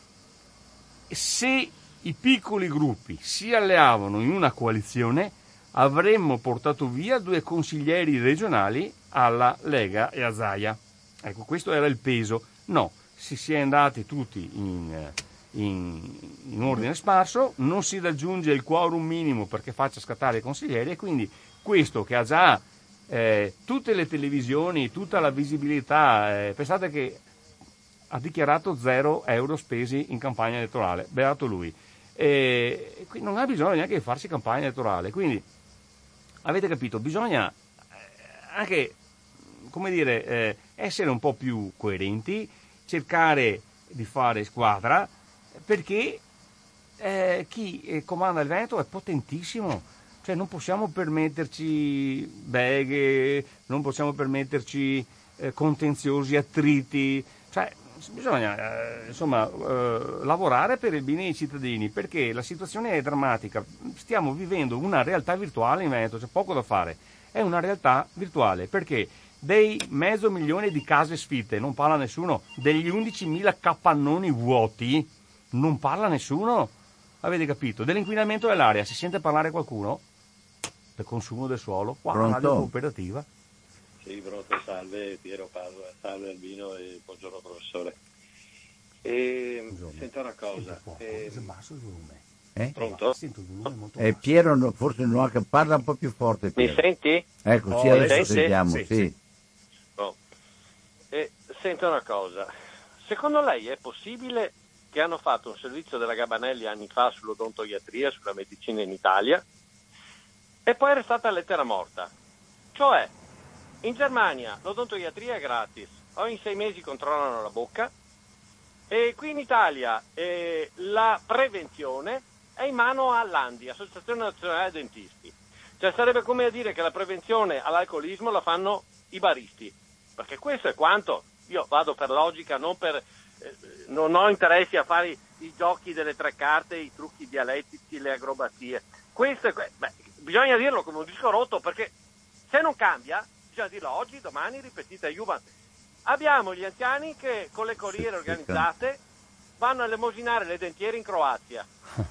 Se i piccoli gruppi si alleavano in una coalizione, avremmo portato via 2 consiglieri regionali alla Lega e a Zaia. Ecco, questo era il peso. No, si è andati tutti in ordine sparso, non si raggiunge il quorum minimo perché faccia scattare i consiglieri, e quindi questo che ha già tutte le televisioni, tutta la visibilità, pensate che ha dichiarato 0 euro spesi in campagna elettorale, beato lui, e non ha bisogno neanche di farsi campagna elettorale. Quindi avete capito, bisogna anche, come dire, essere un po' più coerenti, cercare di fare squadra, perché chi comanda il Veneto è potentissimo, cioè non possiamo permetterci beghe, non possiamo permetterci contenziosi, attriti, cioè bisogna lavorare per il bene dei cittadini, perché la situazione è drammatica. Stiamo vivendo una realtà virtuale in Veneto, c'è poco da fare, è una realtà virtuale, perché dei 500.000 di case sfitte non parla nessuno, degli 11.000 capannoni vuoti non parla nessuno, avete capito? Dell'inquinamento dell'aria si sente parlare qualcuno? Del consumo del suolo? Qua la radio cooperativa. Sì, pronto, salve Piero Padova, salve Albino e buongiorno professore. Senta una cosa. Basso il volume. Pronto? Sento il volume molto basso. Piero forse non ha, parla un po' più forte. Piero. Mi senti? Ecco, sì, adesso sentiamo, sì. Oh. Senta una cosa, secondo lei è possibile che hanno fatto un servizio della Gabanelli anni fa sull'odontoiatria, sulla medicina in Italia, e poi è restata lettera morta? Cioè, in Germania l'odontoiatria è gratis, o in 6 mesi controllano la bocca, e qui in Italia la prevenzione è in mano all'ANDI, Associazione Nazionale Dentisti. Cioè sarebbe come a dire che la prevenzione all'alcolismo la fanno i baristi, perché questo è quanto. Io vado per logica, non ho interessi a fare i giochi delle 3 carte, i trucchi dialettici, le acrobazie. Questo bisogna dirlo come un disco rotto, perché se non cambia, bisogna dirlo oggi, domani, ripetita Juvan. Abbiamo gli anziani che con le corriere organizzate vanno a elemosinare le dentiere in Croazia.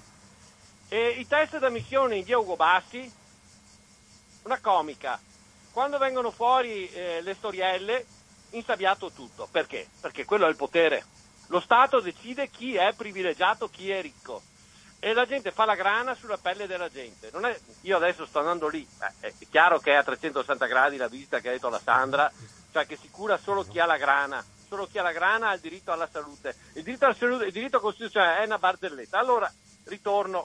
E i test d'ammissione in via Ugo Bassi, una comica. Quando vengono fuori le storielle, insabbiato tutto. Perché? Perché quello è il potere. Lo Stato decide chi è privilegiato, chi è ricco. e la gente fa la grana sulla pelle della gente. Non è, io adesso sto andando lì, è chiaro che è a 360 gradi la visita che ha detto la Sandra, cioè che si cura solo chi ha la grana. Solo chi ha la grana ha il diritto alla salute. Il diritto alla salute, il diritto costituzionale è una barzelletta. Allora, ritorno.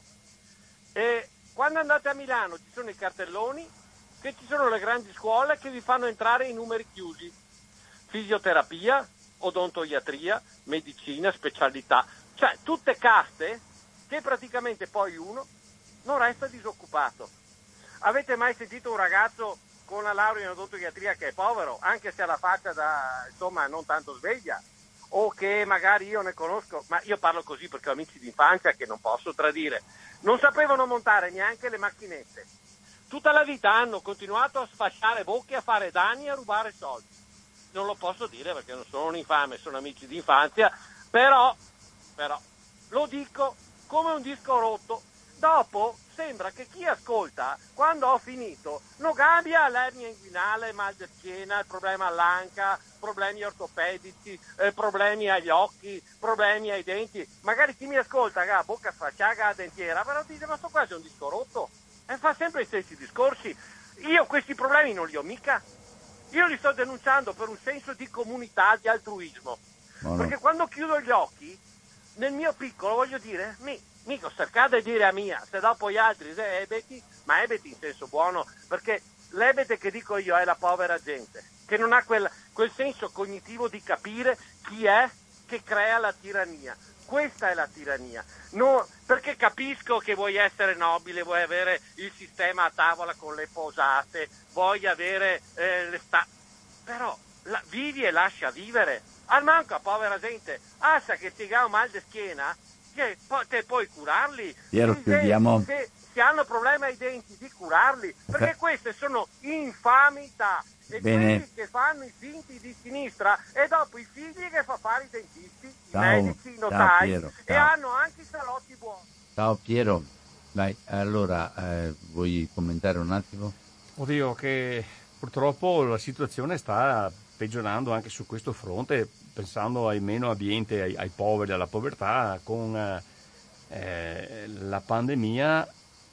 Quando andate a Milano ci sono i cartelloni che ci sono le grandi scuole che vi fanno entrare in numeri chiusi. Fisioterapia, odontoiatria, medicina, specialità. Cioè, tutte caste che praticamente poi uno non resta disoccupato. Avete mai sentito un ragazzo con la laurea in odontoiatria che è povero, anche se ha la faccia da, insomma, non tanto sveglia, o che magari io ne conosco, ma io parlo così perché ho amici di infanzia che non posso tradire, non sapevano montare neanche le macchinette. Tutta la vita hanno continuato a sfasciare bocche, a fare danni e a rubare soldi. Non lo posso dire perché non sono un infame, sono amici di infanzia, però lo dico come un disco rotto. Dopo sembra che chi ascolta, quando ho finito, non cambia l'ernia inguinale, mal di schiena, il problema all'anca, problemi ortopedici, problemi agli occhi, problemi ai denti. Magari chi mi ascolta ha bocca sfasciata, dentiera, però dice ma sto quasi è un disco rotto. E fa sempre i stessi discorsi. Io questi problemi non li ho mica. Io li sto denunciando per un senso di comunità, di altruismo. Perché quando chiudo gli occhi, nel mio piccolo voglio dire, mica cercate di dire a mia, se dopo gli altri ebeti, ma ebeti in senso buono, perché l'ebete che dico io è la povera gente, che non ha quel senso cognitivo di capire chi è che crea la tirannia. Questa è la tirannia. No, perché capisco che vuoi essere nobile, vuoi avere il sistema a tavola con le posate, vuoi avere però vivi e lascia vivere. Al manco, povera gente, sa che ti ha un mal di schiena, che te puoi curarli. Piero, chiudiamo. Se hanno problemi ai denti, di curarli, perché queste sono infamità. E bene, quelli che fanno i finti di sinistra e dopo i figli che fa fare i dentisti, i medici, i notai, Piero, e hanno anche i salotti buoni. Ciao Piero, vai, allora vuoi commentare un attimo? Oddio, che purtroppo la situazione sta peggiorando anche su questo fronte, pensando ai meno abbienti, ai poveri, alla povertà, con la pandemia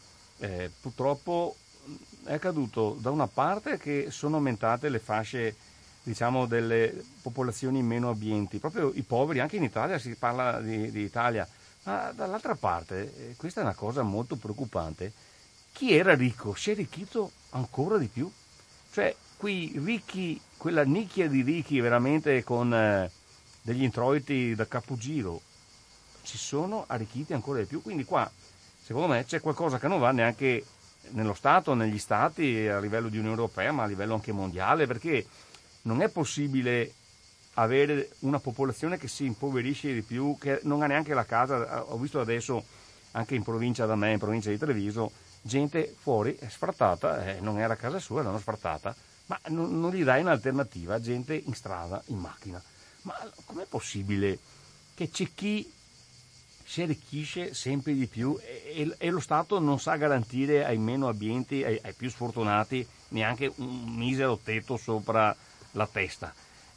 purtroppo è accaduto da una parte che sono aumentate le fasce, diciamo, delle popolazioni meno abbienti, proprio i poveri. Anche in Italia si parla di Italia, ma dall'altra parte, questa è una cosa molto preoccupante, chi era ricco si è arricchito ancora di più, cioè qui ricchi, quella nicchia di ricchi veramente con degli introiti da capogiro si sono arricchiti ancora di più, quindi qua secondo me c'è qualcosa che non va neanche nello Stato, negli Stati, a livello di Unione Europea, ma a livello anche mondiale, perché non è possibile avere una popolazione che si impoverisce di più, che non ha neanche la casa. Ho visto adesso anche in provincia da me, in provincia di Treviso, gente fuori è sfrattata, non era a casa sua, l'hanno sfrattata, ma non gli dai un'alternativa, gente in strada, in macchina. Ma com'è possibile che c'è chi si arricchisce sempre di più e lo Stato non sa garantire ai meno abbienti, ai più sfortunati, neanche un misero tetto sopra la testa?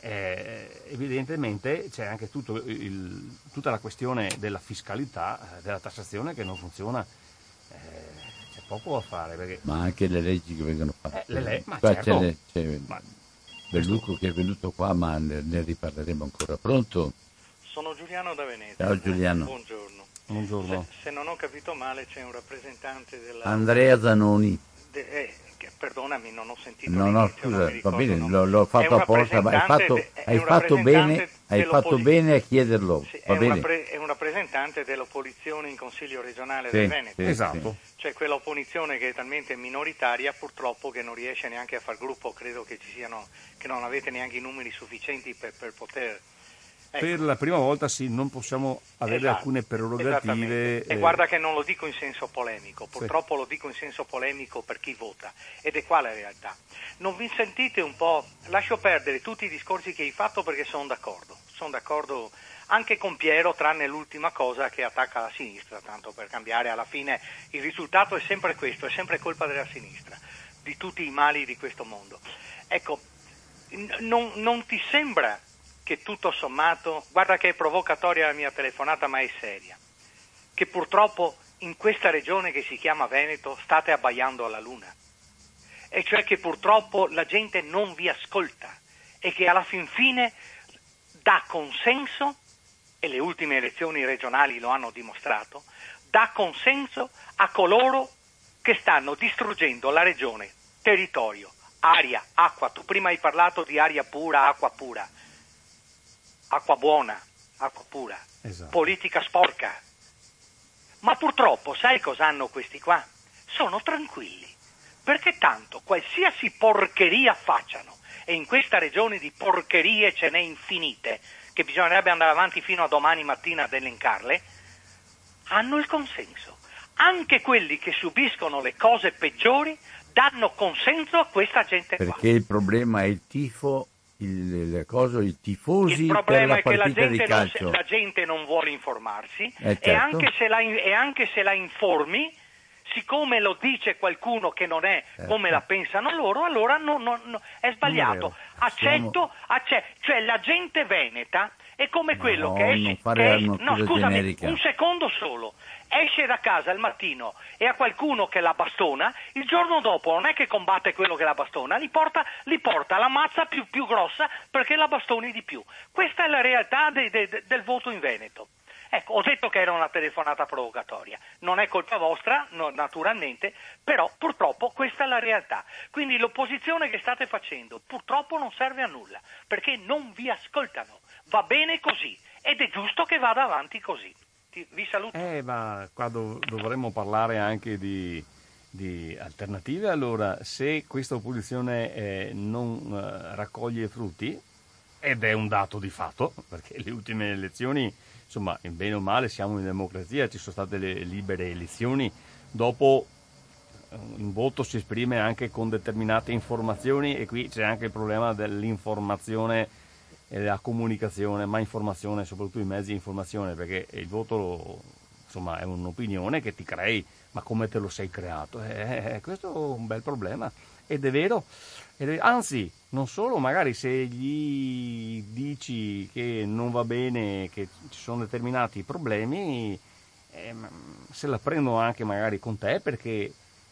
Evidentemente c'è anche tutta la questione della fiscalità, della tassazione che non funziona. C'è poco da fare perché... Ma anche le leggi che vengono fatte. Ma qua certo. c'è Bellucco che è venuto qua, ma ne riparleremo ancora. Pronto? Sono Giuliano da Venezia. Ciao Giuliano. Buongiorno. Buongiorno. Se non ho capito male c'è un rappresentante della... Andrea Zanoni. Perdonami, non ho sentito No, l'inizio, scusa, non mi ricordo, va bene, no. l'ho fatto apposta, ma hai fatto bene a chiederlo. Sì, va bene. È un rappresentante dell'opposizione in Consiglio regionale Sì, del Veneto. sì, Esatto. Cioè quella opposizione che è talmente minoritaria purtroppo che non riesce neanche a far gruppo. Credo che che non avete neanche i numeri sufficienti per poter... Ecco. Per la prima volta sì, non possiamo avere alcune prerogative. E guarda che non lo dico in senso polemico, purtroppo lo dico in senso polemico per chi vota, ed è qua la realtà. Non vi sentite un po', lascio perdere tutti i discorsi che hai fatto perché sono d'accordo anche con Piero, tranne l'ultima cosa che attacca la sinistra, tanto per cambiare, alla fine il risultato è sempre questo, è sempre colpa della sinistra, di tutti i mali di questo mondo. Ecco, non ti sembra che tutto sommato, guarda che è provocatoria la mia telefonata, ma è seria, che purtroppo in questa regione che si chiama Veneto state abbaiando alla luna, e cioè che purtroppo la gente non vi ascolta e che alla fin fine dà consenso, e le ultime elezioni regionali lo hanno dimostrato, dà consenso a coloro che stanno distruggendo la regione, territorio, aria, acqua. Tu prima hai parlato di aria pura, acqua buona, acqua pura, esatto. Politica sporca. Ma purtroppo sai cosa hanno questi qua? Sono tranquilli, perché tanto qualsiasi porcheria facciano, e in questa regione di porcherie ce n'è infinite, che bisognerebbe andare avanti fino a domani mattina ad elencarle, hanno il consenso. Anche quelli che subiscono le cose peggiori danno consenso a questa gente qua. Perché il problema è il tifo, i tifosi il problema per la è che partita di calcio. la gente non vuole informarsi, certo. e anche se la informi, siccome lo dice qualcuno che non è come la pensano loro, allora è sbagliato. Accetto, cioè la gente veneta è come quello che esce, generica. Un secondo solo, esce da casa al mattino e ha qualcuno che la bastona, il giorno dopo non è che combatte quello che la bastona, li porta la mazza più grossa perché la bastoni di più. Questa è la realtà del voto in Veneto. Ecco, ho detto che era una telefonata provocatoria, non è colpa vostra, naturalmente, però purtroppo questa è la realtà. Quindi l'opposizione che state facendo purtroppo non serve a nulla, perché non vi ascoltano, va bene così ed è giusto che vada avanti così. Vi saluto. Ma qua dovremmo parlare anche di alternative. Allora, se questa opposizione non raccoglie frutti, ed è un dato di fatto, perché le ultime elezioni, insomma, in bene o male siamo in democrazia, ci sono state le libere elezioni, dopo un voto si esprime anche con determinate informazioni, e qui c'è anche il problema dell'informazione e della comunicazione, ma informazione, soprattutto i mezzi di informazione, perché il voto, insomma, è un'opinione che ti crei, ma come te lo sei creato? Questo è un bel problema, ed è vero. Anzi, non solo, magari se gli dici che non va bene, che ci sono determinati problemi, se la prendono anche magari con te, perché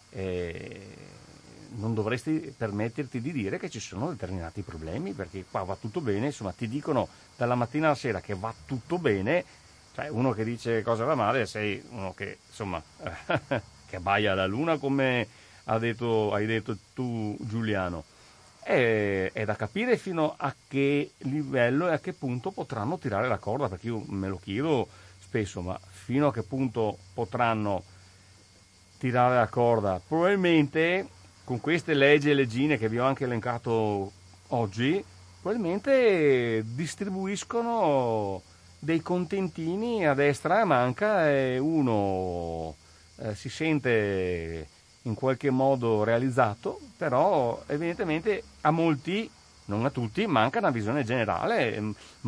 non dovresti permetterti di dire che ci sono determinati problemi, perché qua va tutto bene, insomma, ti dicono dalla mattina alla sera che va tutto bene, cioè uno che dice cosa va male sei uno che, insomma, che abbaia alla luna, come hai detto tu, Giuliano. È da capire fino a che livello e a che punto potranno tirare la corda, perché io me lo chiedo spesso, ma fino a che punto potranno tirare la corda? Probabilmente con queste leggi e leggine che vi ho anche elencato oggi, probabilmente distribuiscono dei contentini a destra e a manca, e uno si sente in qualche modo realizzato, però evidentemente a molti, non a tutti, manca una visione generale,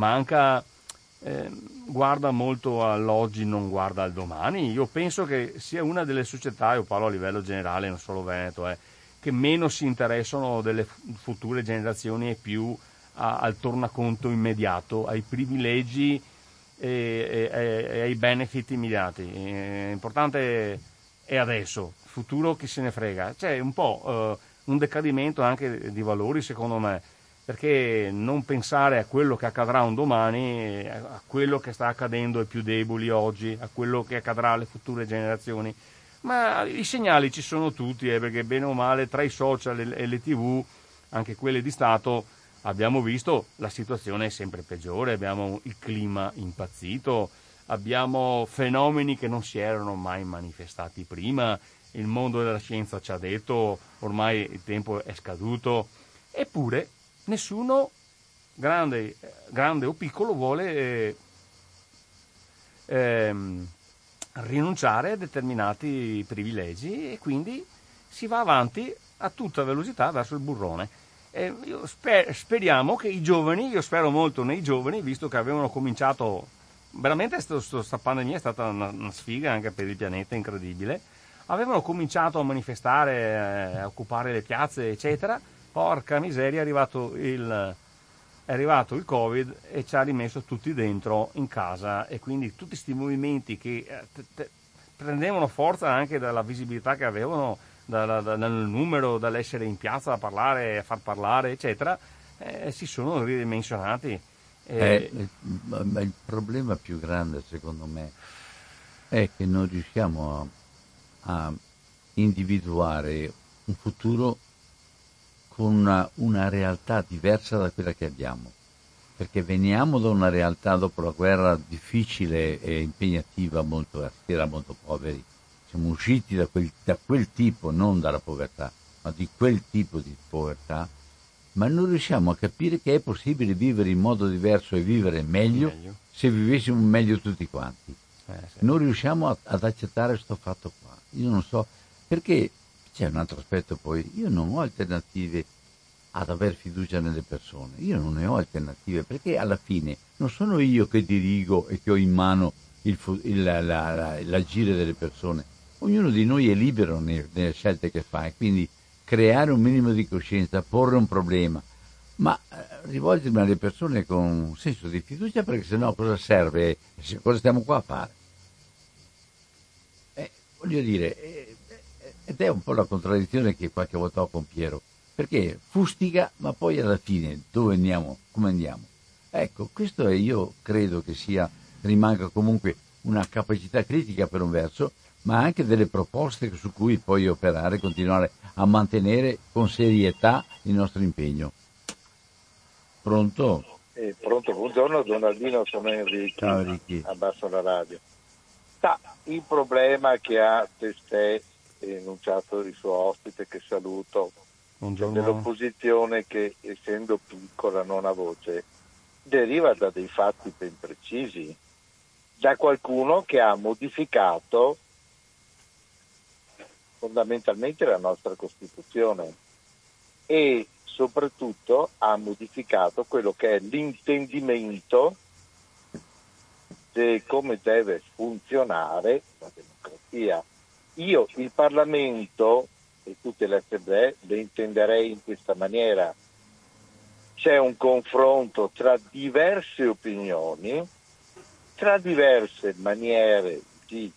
guarda molto all'oggi, non guarda al domani. Io penso che sia una delle società, io parlo a livello generale, non solo Veneto, che meno si interessano delle future generazioni e più al tornaconto immediato, ai privilegi e ai benefit immediati. L'importante è adesso, futuro chi se ne frega. C'è un po' un decadimento anche di valori, secondo me, perché non pensare a quello che accadrà un domani, a quello che sta accadendo ai più deboli oggi, a quello che accadrà alle future generazioni. Ma i segnali ci sono tutti, perché bene o male tra i social e le TV, anche quelle di Stato, abbiamo visto la situazione è sempre peggiore, abbiamo il clima impazzito, abbiamo fenomeni che non si erano mai manifestati prima, il mondo della scienza ci ha detto ormai il tempo è scaduto, eppure nessuno, grande o piccolo, vuole rinunciare a determinati privilegi, e quindi si va avanti a tutta velocità verso il burrone. Speriamo che i giovani, io spero molto nei giovani, visto che avevano cominciato, veramente questa pandemia è stata una sfiga anche per il pianeta, incredibile, avevano cominciato a manifestare, a occupare le piazze, eccetera. Porca miseria, è arrivato il Covid e ci ha rimesso tutti dentro in casa, e quindi tutti questi movimenti che prendevano forza anche dalla visibilità che avevano, dal numero, dall'essere in piazza a parlare, a far parlare, eccetera, si sono ridimensionati. Ma il problema più grande, secondo me, è che non riusciamo a individuare un futuro con una realtà diversa da quella che abbiamo, perché veniamo da una realtà dopo la guerra difficile e impegnativa, era molto poveri. Siamo usciti da quel tipo, non dalla povertà, ma di quel tipo di povertà, ma non riusciamo a capire che è possibile vivere in modo diverso e vivere meglio se vivessimo meglio tutti quanti. Sì. Non riusciamo ad accettare questo fatto qua. Io non so, perché c'è un altro aspetto poi, io non ho alternative ad aver fiducia nelle persone, io non ne ho alternative, perché alla fine non sono io che dirigo e che ho in mano l'agire delle persone. Ognuno di noi è libero nelle scelte che fa, e quindi creare un minimo di coscienza, porre un problema, ma rivolgermi alle persone con un senso di fiducia, perché sennò cosa serve? Cosa stiamo qua a fare? Voglio dire, ed è un po' la contraddizione che qualche volta ho con Piero, perché fustiga, ma poi alla fine dove andiamo? Come andiamo? Ecco, questo io credo che rimanga comunque una capacità critica per un verso, ma anche delle proposte su cui poi operare, continuare a mantenere con serietà il nostro impegno. Pronto? Pronto, buongiorno, Don Albino, sono Enrico. Ciao Enrico. Abbasso la radio. Il problema che ha testé enunciato il suo ospite, che saluto, dell'opposizione, che essendo piccola non ha voce, deriva da dei fatti ben precisi, da qualcuno che ha modificato fondamentalmente la nostra Costituzione e soprattutto ha modificato quello che è l'intendimento di come deve funzionare la democrazia. Io il Parlamento e tutte le assemblee le intenderei in questa maniera: c'è un confronto tra diverse opinioni, tra diverse maniere di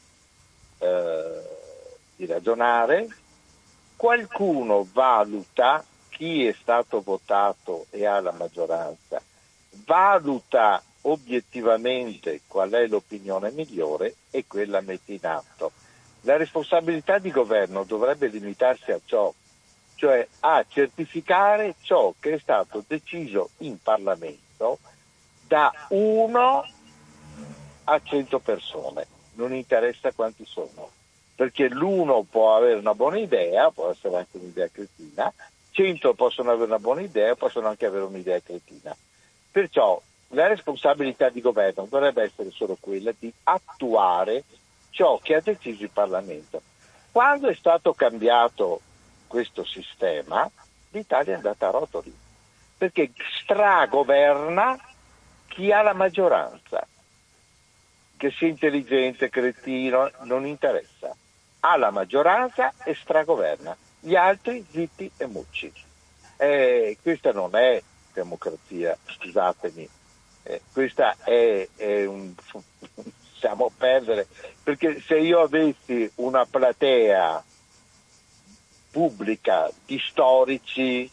ragionare, qualcuno valuta, chi è stato votato e ha la maggioranza, valuta obiettivamente qual è l'opinione migliore e quella mette in atto. La responsabilità di governo dovrebbe limitarsi a ciò, cioè a certificare ciò che è stato deciso in Parlamento da 1 a 100 persone, non interessa quanti sono, perché l'1 può avere una buona idea, può essere anche un'idea cretina, 100 possono avere una buona idea, possono anche avere un'idea cretina. Perciò la responsabilità di governo dovrebbe essere solo quella di attuare ciò che ha deciso il Parlamento. Quando è stato cambiato questo sistema, l'Italia è andata a rotoli, perché stragoverna chi ha la maggioranza, che sia intelligente, cretino, non interessa, ha la maggioranza e stragoverna, gli altri zitti e mucci. Questa non è democrazia, scusatemi, questa è un siamo a perdere, perché se io avessi una platea pubblica di storici,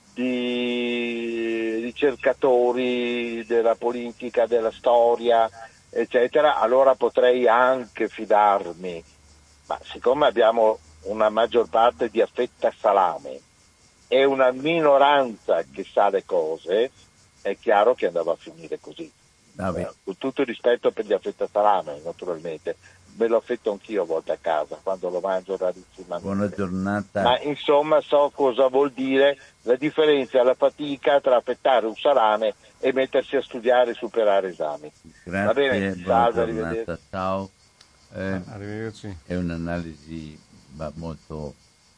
di ricercatori della politica, della storia, eccetera, allora potrei anche fidarmi, ma siccome abbiamo una maggior parte di affettasalame e una minoranza che sa le cose, è chiaro che andava a finire così. Con tutto il rispetto per gli affettasalame, naturalmente, me lo affetto anch'io a volte a casa quando lo mangio rarissimamente. Buona giornata. Ma insomma so cosa vuol dire la differenza, la fatica tra affettare un salame e mettersi a studiare e superare esami. Grazie, va bene? buona giornata, ciao. Arrivederci. È un'analisi molto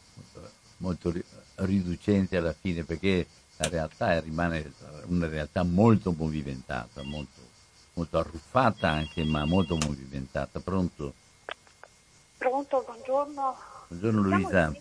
riducente alla fine, perché la realtà rimane una realtà molto movimentata, molto arruffata anche, ma molto movimentata. Pronto? Pronto, buongiorno. Buongiorno Luisa.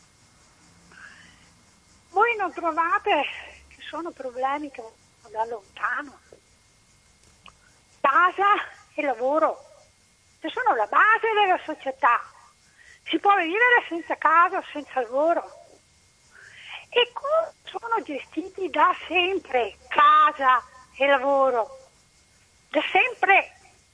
Voi non trovate che sono problemi che vanno da lontano? Casa e lavoro. che sono la base della società. Si può vivere senza casa, senza lavoro. E come sono gestiti da sempre casa e lavoro? Da sempre.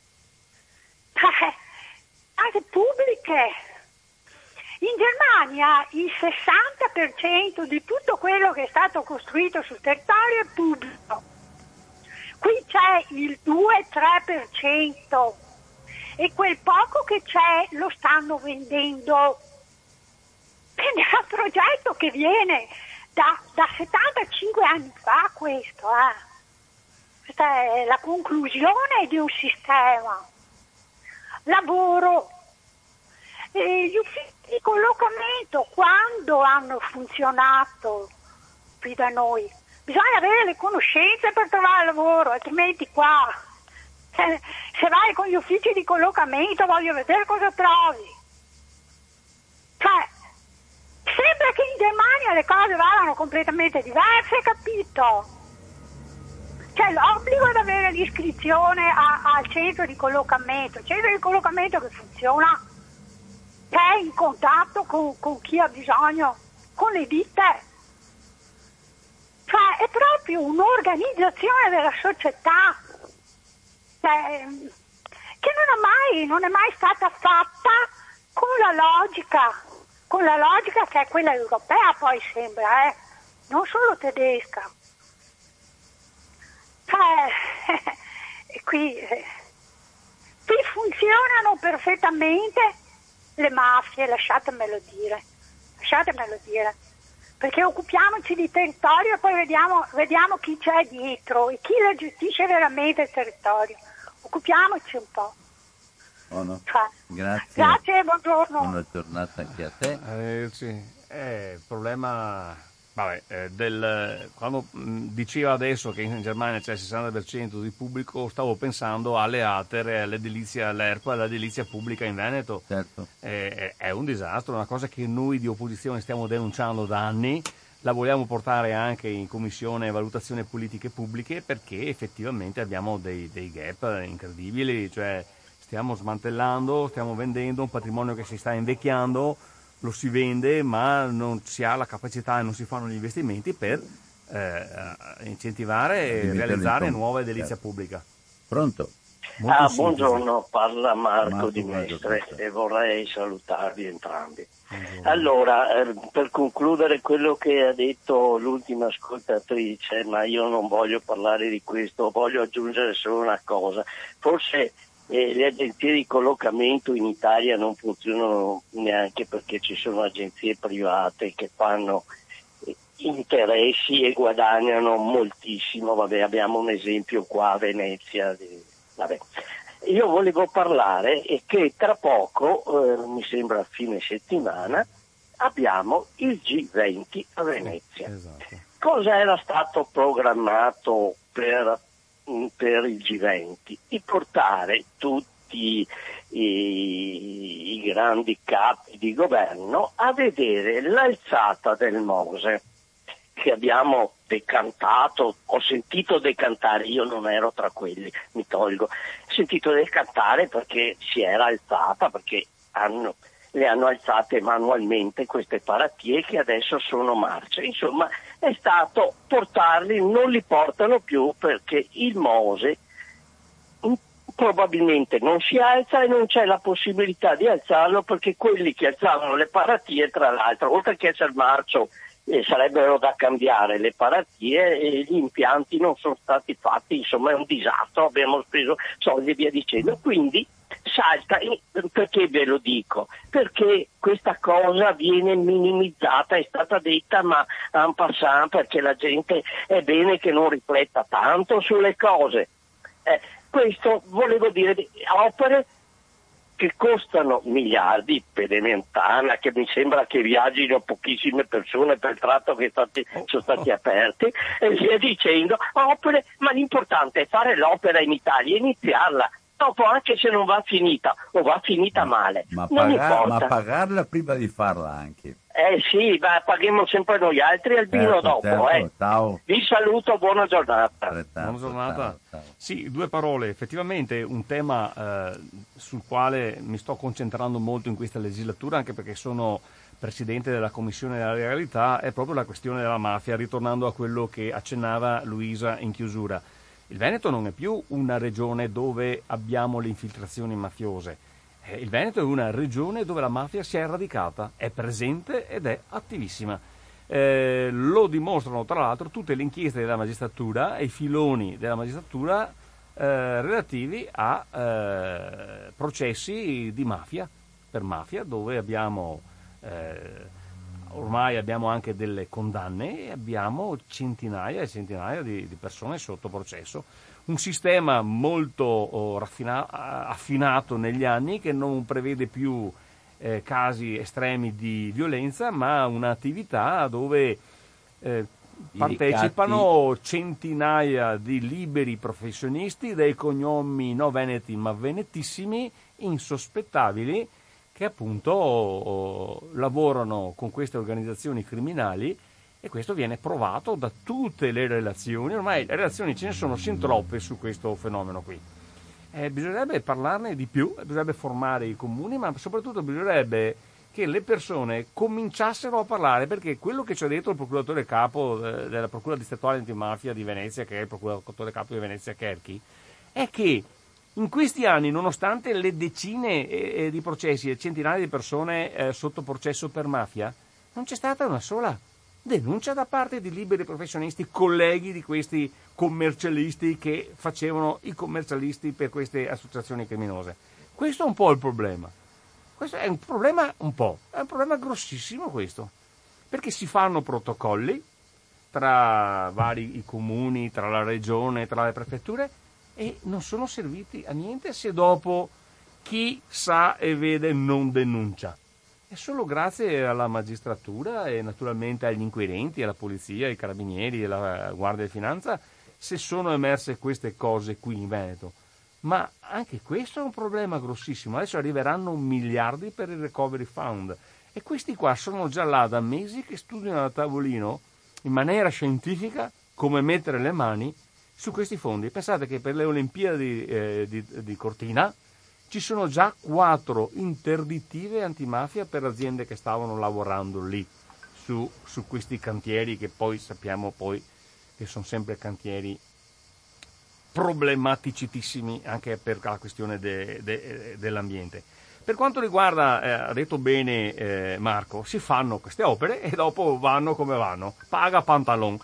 Case pubbliche. In Germania il 60% di tutto quello che è stato costruito sul territorio è pubblico. Qui c'è il 2-3% e quel poco che c'è lo stanno vendendo. Quindi è un progetto che viene da 75 anni fa questo. Questa è la conclusione di un sistema. Lavoro. Gli uffici di collocamento quando hanno funzionato qui da noi? Bisogna avere le conoscenze per trovare lavoro, altrimenti qua se vai con gli uffici di collocamento voglio vedere cosa trovi. Cioè, sembra che in Germania le cose vadano completamente diverse, capito? C'è l'obbligo di avere l'iscrizione al centro di collocamento, il centro di collocamento che funziona, che è in contatto con chi ha bisogno, con le ditte. Cioè è proprio un'organizzazione della società che non è mai stata fatta con la logica che è quella europea, poi sembra, non solo tedesca. Qui funzionano perfettamente le mafie, lasciatemelo dire, perché occupiamoci di territorio e poi vediamo chi c'è dietro e chi la gestisce veramente il territorio. Occupiamoci un po'. Oh no. Grazie, buongiorno. Buona giornata anche a te. Il problema quando diceva adesso che in Germania c'è il 60% di pubblico, stavo pensando alle ATER, all'edilizia, all'ERPA, all'edilizia pubblica in Veneto. Certo. È un disastro, una cosa che noi di opposizione stiamo denunciando da anni, la vogliamo portare anche in commissione valutazione politiche pubbliche, perché effettivamente abbiamo dei gap incredibili, cioè stiamo smantellando, stiamo vendendo un patrimonio che si sta invecchiando, lo si vende ma non si ha la capacità e non si fanno gli investimenti per incentivare e realizzare nuova edilizia pubblica. Pronto? Buongiorno, parla Marco di Mestre e vorrei salutarvi entrambi. Allora, per concludere quello che ha detto l'ultima ascoltatrice, ma io non voglio parlare di questo, voglio aggiungere solo una cosa. Forse le agenzie di collocamento in Italia non funzionano neanche perché ci sono agenzie private che fanno interessi e guadagnano moltissimo. Vabbè, abbiamo un esempio qua a Venezia. Vabbè. Io volevo parlare che tra poco, mi sembra a fine settimana, abbiamo il G20 a Venezia. Esatto. Cosa era stato programmato per il G20? Di portare tutti i grandi capi di governo a vedere l'alzata del Mose, che abbiamo decantato, ho sentito decantare, io non ero tra quelli, mi tolgo, ho sentito decantare perché si era alzata, perché le hanno alzate manualmente queste paratie che adesso sono marce. Insomma, è stato portarli, non li portano più perché il Mose probabilmente non si alza e non c'è la possibilità di alzarlo perché quelli che alzavano le paratie, tra l'altro, oltre che essere marcio, sarebbero da cambiare le paratie e gli impianti non sono stati fatti, insomma è un disastro, abbiamo speso soldi e via dicendo, quindi salta. Perché ve lo dico? Perché questa cosa viene minimizzata, è stata detta ma en passant, perché la gente è bene che non rifletta tanto sulle cose. Questo volevo dire, opere che costano miliardi, Pedemontana, che mi sembra che viaggino pochissime persone per il tratto che sono stati aperti, e via dicendo, opere, ma l'importante è fare l'opera in Italia, iniziarla, dopo anche se non va finita o va finita male, ma non importa. Ma pagarla prima di farla anche. Sì, ma paghiamo sempre noi altri, Albino, dopo. Ciao. Vi saluto, buona giornata. Buona giornata. Ciao. Sì, 2 parole. Effettivamente un tema sul quale mi sto concentrando molto in questa legislatura, anche perché sono presidente della Commissione della Legalità, è proprio la questione della mafia, ritornando a quello che accennava Luisa in chiusura. Il Veneto non è più una regione dove abbiamo le infiltrazioni mafiose. Il Veneto è una regione dove la mafia si è radicata, è presente ed è attivissima. Lo dimostrano tra l'altro tutte le inchieste della magistratura e i filoni della magistratura relativi a processi di mafia, per mafia, dove ormai abbiamo anche delle condanne e abbiamo centinaia e centinaia di persone sotto processo. Un sistema molto affinato negli anni, che non prevede più casi estremi di violenza, ma un'attività dove partecipano centinaia di liberi professionisti dai cognomi no veneti ma venetissimi, insospettabili, che appunto lavorano con queste organizzazioni criminali, e questo viene provato da tutte le relazioni. Ormai le relazioni ce ne sono sin troppe su questo fenomeno qui. Bisognerebbe parlarne di più, bisognerebbe formare i comuni, ma soprattutto bisognerebbe che le persone cominciassero a parlare, perché quello che ci ha detto il procuratore capo della Procura Distrettuale Antimafia di Venezia, che è il procuratore capo di Venezia Cherchi, è che in questi anni, nonostante le decine di processi e centinaia di persone sotto processo per mafia, non c'è stata una sola denuncia da parte di liberi professionisti, colleghi di questi commercialisti che facevano i commercialisti per queste associazioni criminose. Questo è un po' il problema. Questo è un problema è un problema grossissimo questo, perché si fanno protocolli tra vari i comuni, tra la regione, tra le prefetture, e non sono serviti a niente se dopo chi sa e vede non denuncia. È solo grazie alla magistratura e naturalmente agli inquirenti, alla polizia, ai carabinieri e alla Guardia di Finanza se sono emerse queste cose qui in Veneto. Ma anche questo è un problema grossissimo. Adesso arriveranno miliardi per il Recovery Fund e questi qua sono già là da mesi che studiano a tavolino in maniera scientifica come mettere le mani su questi fondi. Pensate che per le Olimpiadi di Cortina ci sono già 4 interdittive antimafia per aziende che stavano lavorando lì su questi cantieri, che poi sappiamo che sono sempre cantieri problematicitissimi anche per la questione dell'ambiente. Per quanto riguarda, ha detto bene Marco, si fanno queste opere e dopo vanno come vanno, paga pantalon.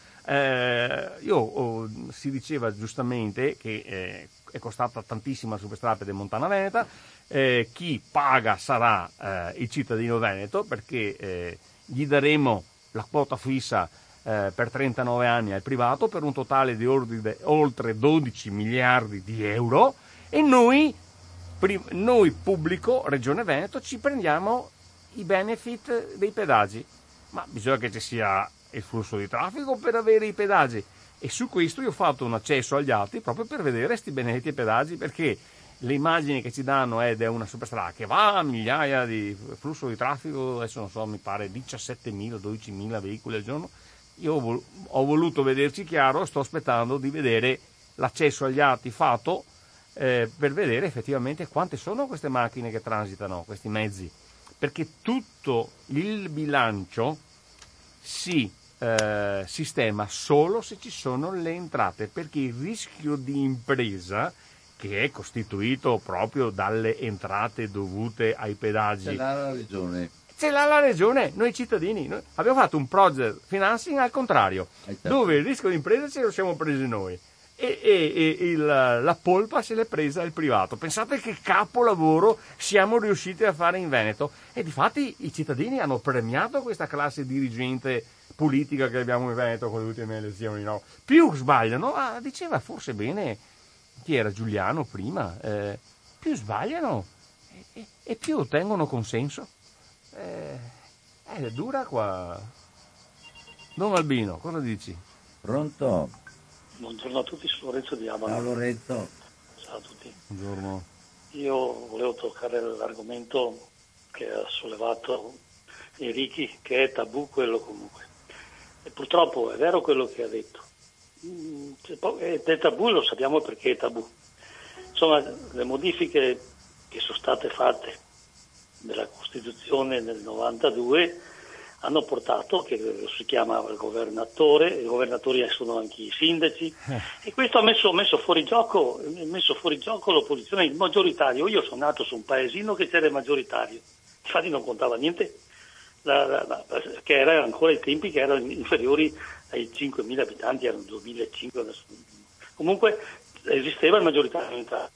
Si diceva giustamente che è costata tantissima la Superstrada Pedemontana Veneta, chi paga sarà il cittadino veneto, perché gli daremo la quota fissa per 39 anni al privato per un totale di oltre 12 miliardi di euro, e noi pubblico, Regione Veneto, ci prendiamo i benefit dei pedaggi. Ma bisogna che ci sia il flusso di traffico per avere i pedaggi, e su questo io ho fatto un accesso agli atti proprio per vedere questi benedetti pedaggi, perché le immagini che ci danno è una superstrada che va a migliaia di flusso di traffico, adesso non so, mi pare 17.000, 12.000 veicoli al giorno. Io ho voluto vederci chiaro, sto aspettando di vedere l'accesso agli atti fatto per vedere effettivamente quante sono queste macchine che transitano, questi mezzi, perché tutto il bilancio si sistema solo se ci sono le entrate, perché il rischio di impresa, che è costituito proprio dalle entrate dovute ai pedaggi, ce l'ha la regione. Ce l'ha la regione, noi cittadini. Noi abbiamo fatto un project financing al contrario, dove il rischio di impresa ce lo siamo presi noi e la polpa se l'è presa il privato. Pensate che capolavoro siamo riusciti a fare in Veneto, e difatti i cittadini hanno premiato questa classe dirigente politica che abbiamo in Veneto con le ultime elezioni. No? Più sbagliano, diceva forse bene chi era, Giuliano prima, più sbagliano e più ottengono consenso. È dura qua. Don Albino, cosa dici? Pronto? Buongiorno a tutti, sono Lorenzo di Abano. Ciao Lorenzo. Ciao a tutti. Buongiorno. Io volevo toccare l'argomento che ha sollevato Enrichi, che è tabù quello comunque. E purtroppo è vero quello che ha detto. È tabù, lo sappiamo perché è tabù. Insomma, le modifiche che sono state fatte nella Costituzione nel 92 hanno portato che si chiama il governatore, i governatori sono anche i sindaci, e questo ha messo fuori gioco l'opposizione, il maggioritario. Io sono nato su un paesino che c'era il maggioritario, infatti non contava niente, che era ancora ai tempi che erano inferiori ai 5.000 abitanti, erano 2.500 adesso. Comunque esisteva il maggioritario in Italia.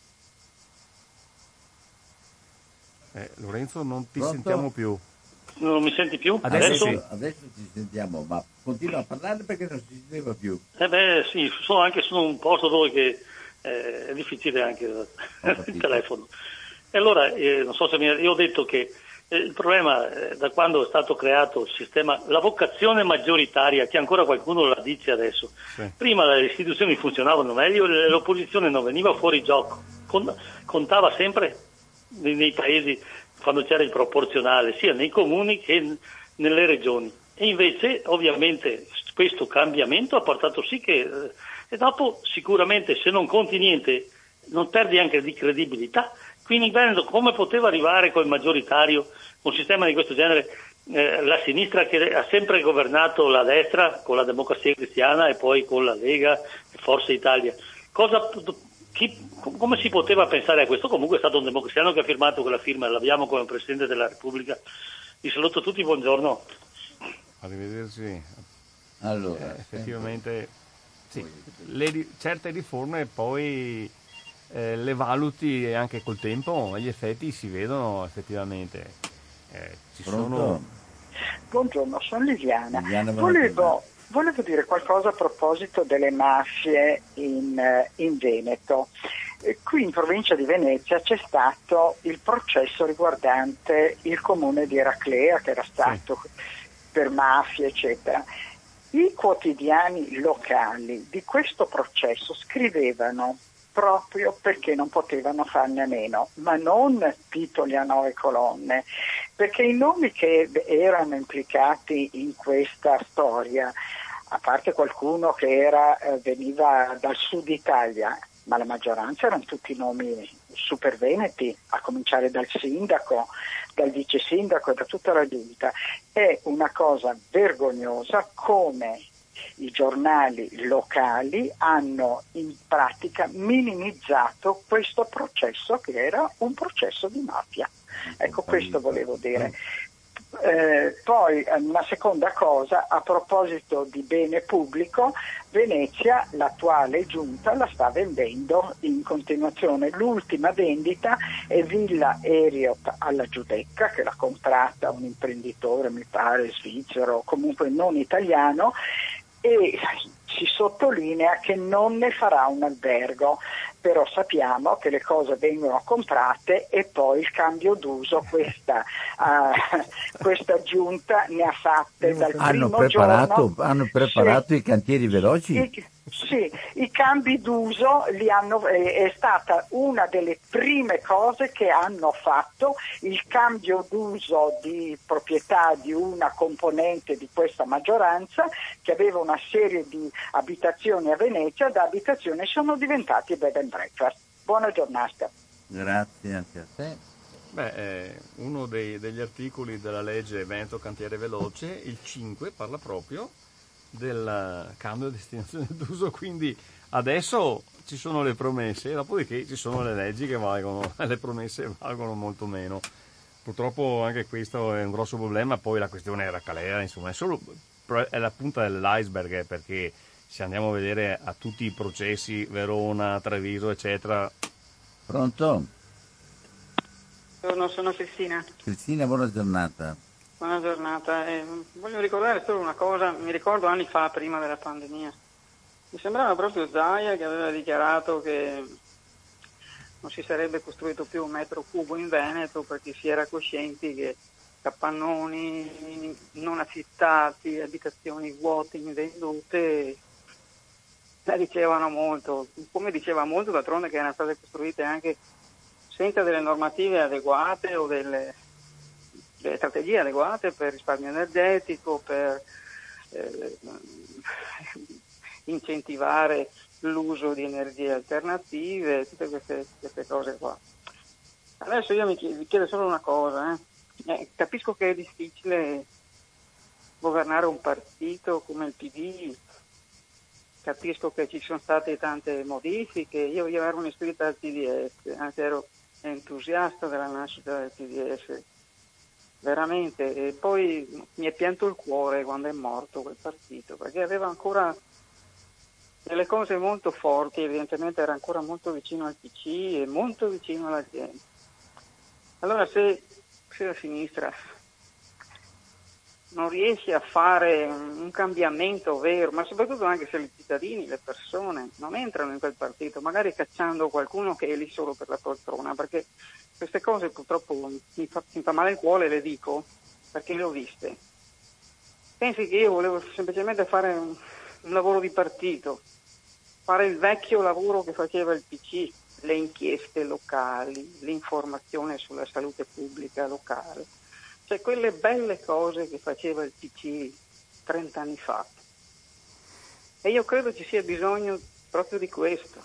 Lorenzo, non ti Pronto? sentiamo più. Non mi senti più? Adesso sì. Adesso ci sentiamo, ma continua a parlare perché non si sentiva più. Sì, sono anche su un posto dove che, è difficile anche il telefono. E allora, non so se io ho detto che il problema da quando è stato creato il sistema, la vocazione maggioritaria, che ancora qualcuno la dice adesso, sì. Prima le istituzioni funzionavano meglio, l'opposizione non veniva fuori gioco, contava sempre nei paesi quando c'era il proporzionale, sia nei comuni che nelle regioni. E invece, ovviamente, questo cambiamento ha portato sì che, e dopo sicuramente se non conti niente, non perdi anche di credibilità. Quindi Veneto come poteva arrivare col maggioritario, un sistema di questo genere, la sinistra che ha sempre governato la destra con la Democrazia Cristiana e poi con la Lega e Forza Italia. Come si poteva pensare a questo? Comunque è stato un democristiano che ha firmato quella firma, l'abbiamo come Presidente della Repubblica. Vi saluto tutti, buongiorno. Arrivederci. Allora, effettivamente sì, certe riforme poi le valuti e anche col tempo gli effetti si vedono effettivamente. Buongiorno, sono Liliana. Volevo dire qualcosa a proposito delle mafie in Veneto. Qui in provincia di Venezia c'è stato il processo riguardante il comune di Eraclea, che era stato per mafie, eccetera. I quotidiani locali di questo processo scrivevano proprio perché non potevano farne a meno, ma non titoli a 9 colonne, perché i nomi che erano implicati in questa storia, a parte qualcuno che veniva dal sud Italia, ma la maggioranza erano tutti nomi super veneti, a cominciare dal sindaco, dal vice sindaco e da tutta la giunta. È una cosa vergognosa come i giornali locali hanno in pratica minimizzato questo processo che era un processo di mafia. Ecco, questo volevo dire. Poi una seconda cosa, a proposito di bene pubblico, Venezia, l'attuale giunta, la sta vendendo in continuazione. L'ultima vendita è Villa Eriot alla Giudecca, che l'ha comprata un imprenditore, mi pare svizzero, comunque non italiano, e si sottolinea che non ne farà un albergo, però sappiamo che le cose vengono comprate e poi il cambio d'uso questa giunta ne ha fatte dal primo giorno. Hanno preparato i cantieri veloci? Sì, i cambi d'uso è stata una delle prime cose che hanno fatto, il cambio d'uso di proprietà di una componente di questa maggioranza che aveva una serie di abitazioni a Venezia, da abitazioni sono diventati bed and breakfast. Buona giornata. Grazie anche a te. Uno degli articoli della legge Veneto Cantiere Veloce, il 5, parla proprio del cambio di destinazione d'uso, quindi adesso ci sono le promesse, dopodiché ci sono le leggi che valgono, le promesse valgono molto meno. Purtroppo anche questo è un grosso problema. Poi la questione Eraclea, insomma, è la punta dell'iceberg, perché se andiamo a vedere a tutti i processi, Verona, Treviso, eccetera. Pronto? Buongiorno, sono Cristina. Cristina, buona giornata. Buona giornata. Voglio ricordare solo una cosa, mi ricordo anni fa, prima della pandemia. Mi sembrava proprio Zaia che aveva dichiarato che non si sarebbe costruito più un metro cubo in Veneto perché si era coscienti che capannoni non affittati, abitazioni vuote, invendute, la dicevano molto. Come diceva molto, d'altronde, che erano state costruite anche senza delle normative adeguate o delle delle strategie adeguate per risparmio energetico, per incentivare l'uso di energie alternative, tutte queste cose qua. Adesso io vi chiedo solo una cosa, capisco che è difficile governare un partito come il PD, capisco che ci sono state tante modifiche, io ero iscritta al PDS, anzi ero entusiasta della nascita del PDS, veramente, e poi mi è pianto il cuore quando è morto quel partito, perché aveva ancora delle cose molto forti, evidentemente era ancora molto vicino al PC e molto vicino alla gente. Allora se la sinistra non riesce a fare un cambiamento vero, ma soprattutto anche se i cittadini, le persone non entrano in quel partito, magari cacciando qualcuno che è lì solo per la poltrona, perché queste cose purtroppo mi fa male il cuore, le dico, perché le ho viste. Pensi che io volevo semplicemente fare un lavoro di partito, fare il vecchio lavoro che faceva il PC, le inchieste locali, l'informazione sulla salute pubblica locale, cioè quelle belle cose che faceva il PC 30 anni fa. E io credo ci sia bisogno proprio di questo.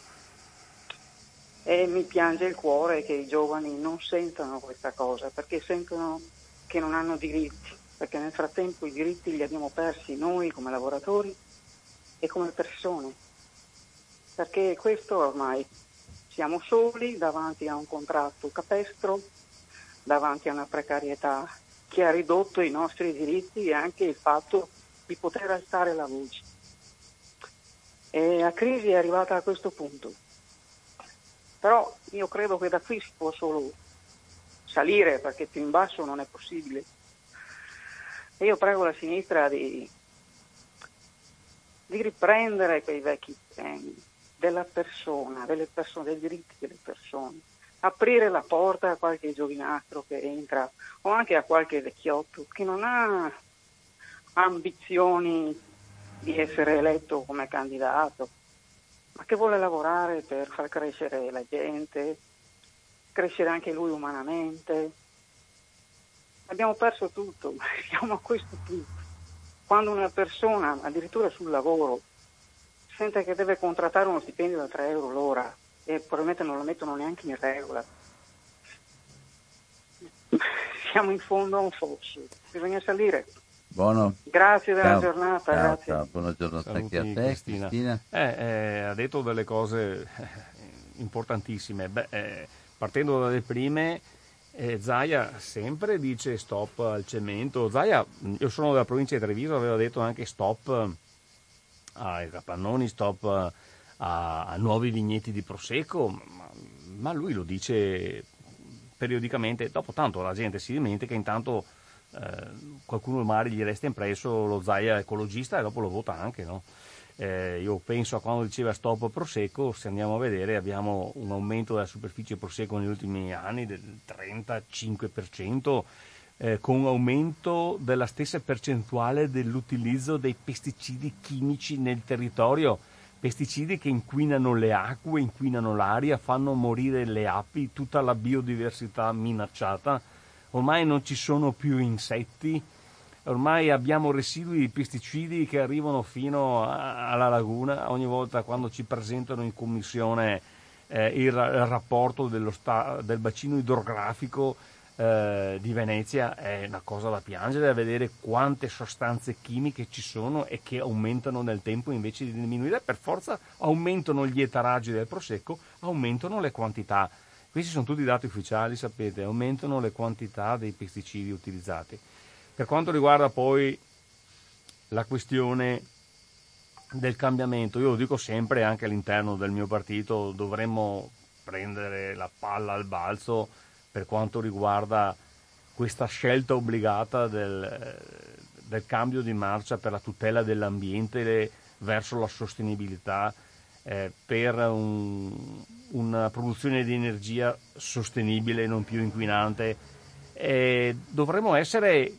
E mi piange il cuore che i giovani non sentano questa cosa, perché sentono che non hanno diritti, perché nel frattempo i diritti li abbiamo persi noi come lavoratori e come persone, perché questo ormai siamo soli davanti a un contratto capestro, davanti a una precarietà che ha ridotto i nostri diritti e anche il fatto di poter alzare la voce. E la crisi è arrivata a questo punto. Però io credo che da qui si può solo salire, perché più in basso non è possibile. E io prego la sinistra di riprendere quei vecchi temi della persona, dei diritti delle persone. Aprire la porta a qualche giovinastro che entra, o anche a qualche vecchiotto che non ha ambizioni di essere eletto come candidato, ma che vuole lavorare per far crescere la gente, crescere anche lui umanamente. Abbiamo perso tutto, siamo a questo punto. Quando una persona, addirittura sul lavoro, sente che deve contrattare uno stipendio da 3 euro l'ora e probabilmente non lo mettono neanche in regola, siamo in fondo a un fosso, bisogna salire. Buono. Grazie della giornata. Ciao, Grazie. ciao. Buona giornata anche a te, Cristina. Ha detto delle cose importantissime. Partendo dalle prime, Zaia sempre dice stop al cemento. Zaia, io sono della provincia di Treviso, aveva detto anche stop ai capannoni, stop a nuovi vigneti di Prosecco, ma lui lo dice periodicamente. Dopo tanto la gente si dimentica, intanto qualcuno magari gli resta impresso lo Zaia ecologista e dopo lo vota anche, no? Io penso a quando diceva stop Prosecco, se andiamo a vedere abbiamo un aumento della superficie Prosecco negli ultimi anni del 35%, con aumento della stessa percentuale dell'utilizzo dei pesticidi chimici nel territorio, pesticidi che inquinano le acque, inquinano l'aria, fanno morire le api, tutta la biodiversità minacciata. Ormai non ci sono più insetti, ormai abbiamo residui di pesticidi che arrivano fino alla laguna. Ogni volta quando ci presentano in commissione il rapporto del bacino idrografico di Venezia, è una cosa da piangere a vedere quante sostanze chimiche ci sono e che aumentano nel tempo invece di diminuire. Per forza aumentano gli etaraggi del Prosecco, aumentano le quantità. Questi sono tutti dati ufficiali, sapete, aumentano le quantità dei pesticidi utilizzati. Per quanto riguarda poi la questione del cambiamento, io lo dico sempre anche all'interno del mio partito, dovremmo prendere la palla al balzo per quanto riguarda questa scelta obbligata del cambio di marcia per la tutela dell'ambiente verso la sostenibilità, per una produzione di energia sostenibile e non più inquinante. Dovremmo essere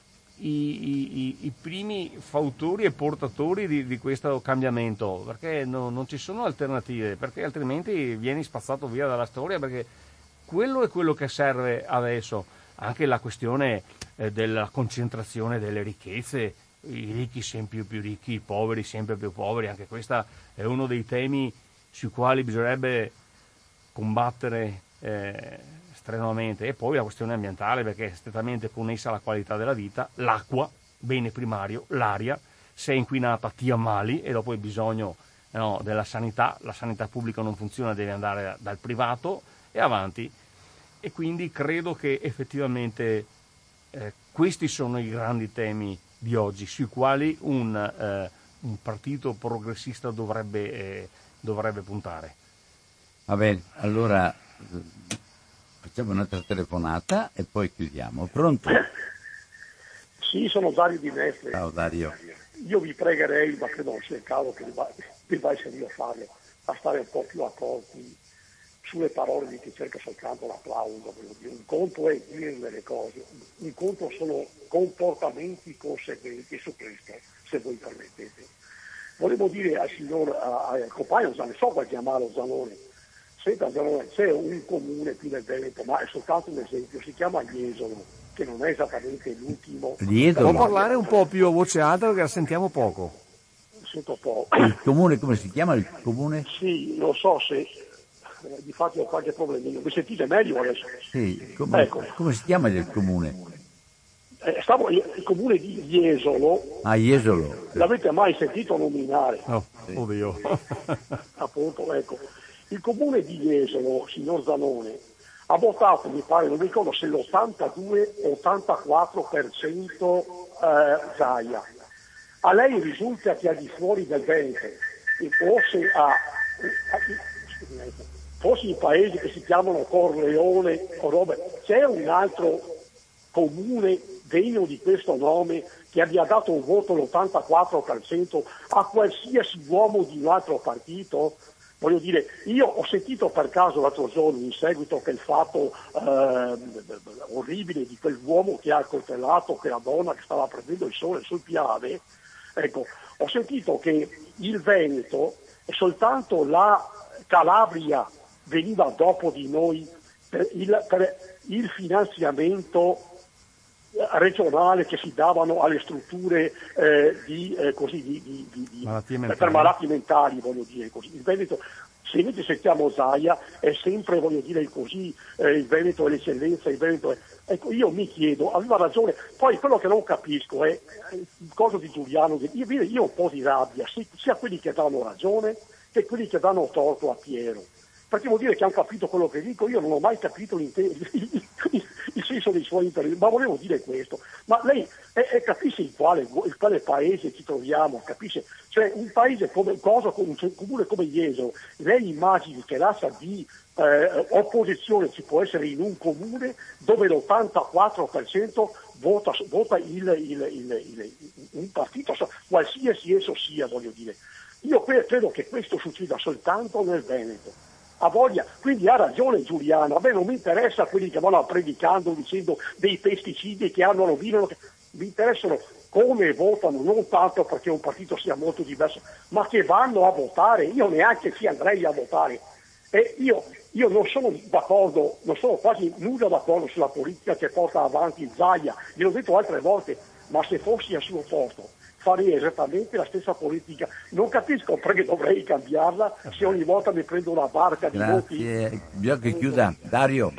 i primi fautori e portatori di questo cambiamento, perché non ci sono alternative, perché altrimenti vieni spazzato via dalla storia, perché quello è quello che serve adesso. anche la questione della concentrazione delle ricchezze, i ricchi sempre più ricchi, i poveri sempre più poveri, anche questo è uno dei temi sui quali bisognerebbe combattere strenuamente. E poi la questione ambientale, perché è strettamente connessa alla qualità della vita, l'acqua, bene primario, l'aria, se è inquinata ti ammali e dopo hai bisogno della sanità, la sanità pubblica non funziona, deve andare dal privato e avanti. E quindi credo che effettivamente questi sono i grandi temi di oggi, sui quali un partito progressista dovrebbe puntare. Va bene, allora facciamo un'altra telefonata e poi chiudiamo. Pronto? Sì, sono Dario di Mestre. Ciao Dario. Io vi pregherei, ma credo non sia il caso che vi vai io a farlo, a stare un po' più accorti sulle parole di chi cerca soltanto l'applauso. Un conto è dire delle cose, un conto sono comportamenti conseguenti su questo, se voi permettete. Volevo dire al compagno Zanone, so qual chiamarlo Zanone, senta Zanone, c'è un comune qui nel Veneto, ma è soltanto un esempio, si chiama Jesolo, che non è esattamente l'ultimo. Può parlare un po' più a voce alta perché la sentiamo poco. Sento poco. Il comune, come si chiama il comune? Sì, non so se difatti ho qualche problemino. Mi sentite meglio adesso? Sì, ecco. Come si chiama il comune? Il comune di Jesolo. Ah, Jesolo. L'avete mai sentito nominare? No, oddio. Appunto, ecco. Il comune di Jesolo, signor Zanone, ha votato, mi pare, non mi ricordo se l'82-84% Zaia. A lei risulta che al di fuori del Veneto, forse in paesi che si chiamano Corleone o roba, c'è un altro comune degno di questo nome che abbia dato un voto l'84% a qualsiasi uomo di un altro partito? Voglio dire, io ho sentito per caso l'altro giorno, in seguito che il fatto orribile di quell'uomo che ha accoltellato quella donna che stava prendendo il sole sul piave, ecco, ho sentito che il Veneto e soltanto la Calabria veniva dopo di noi per il finanziamento regionale che si davano alle strutture per malati mentali, voglio dire così. Il Veneto, se invece sentiamo Zaia, è sempre, voglio dire così, il Veneto è l'eccellenza, il Veneto è... Ecco, io mi chiedo, aveva ragione, poi quello che non capisco è il coso di Giuliano, io ho un po' di rabbia, sia quelli che danno ragione che quelli che danno torto a Piero. Perché vuol dire che hanno capito quello che dico, io non ho mai capito il senso dei suoi interventi, ma volevo dire questo. Ma lei capisce in quale paese ci troviamo, capisce? Cioè un paese come un comune come Jesolo, lei immagini che l'assa di opposizione ci può essere in un comune dove l'84% vota un partito, qualsiasi esso sia, voglio dire. Io credo che questo succeda soltanto nel Veneto. Ha voglia, quindi ha ragione Giuliano, a me non mi interessa quelli che vanno predicando dicendo dei pesticidi che hanno rovinato, mi interessano come votano, non tanto perché un partito sia molto diverso, ma che vanno a votare. Io neanche ci andrei a votare. E io non sono d'accordo, non sono quasi nulla d'accordo sulla politica che porta avanti Zaia, gliel'ho detto altre volte, ma se fossi al suo posto farei esattamente la stessa politica. Non capisco perché dovrei cambiarla se ogni volta mi prendo una barca di voti. Bisogna che chiuda. Dario.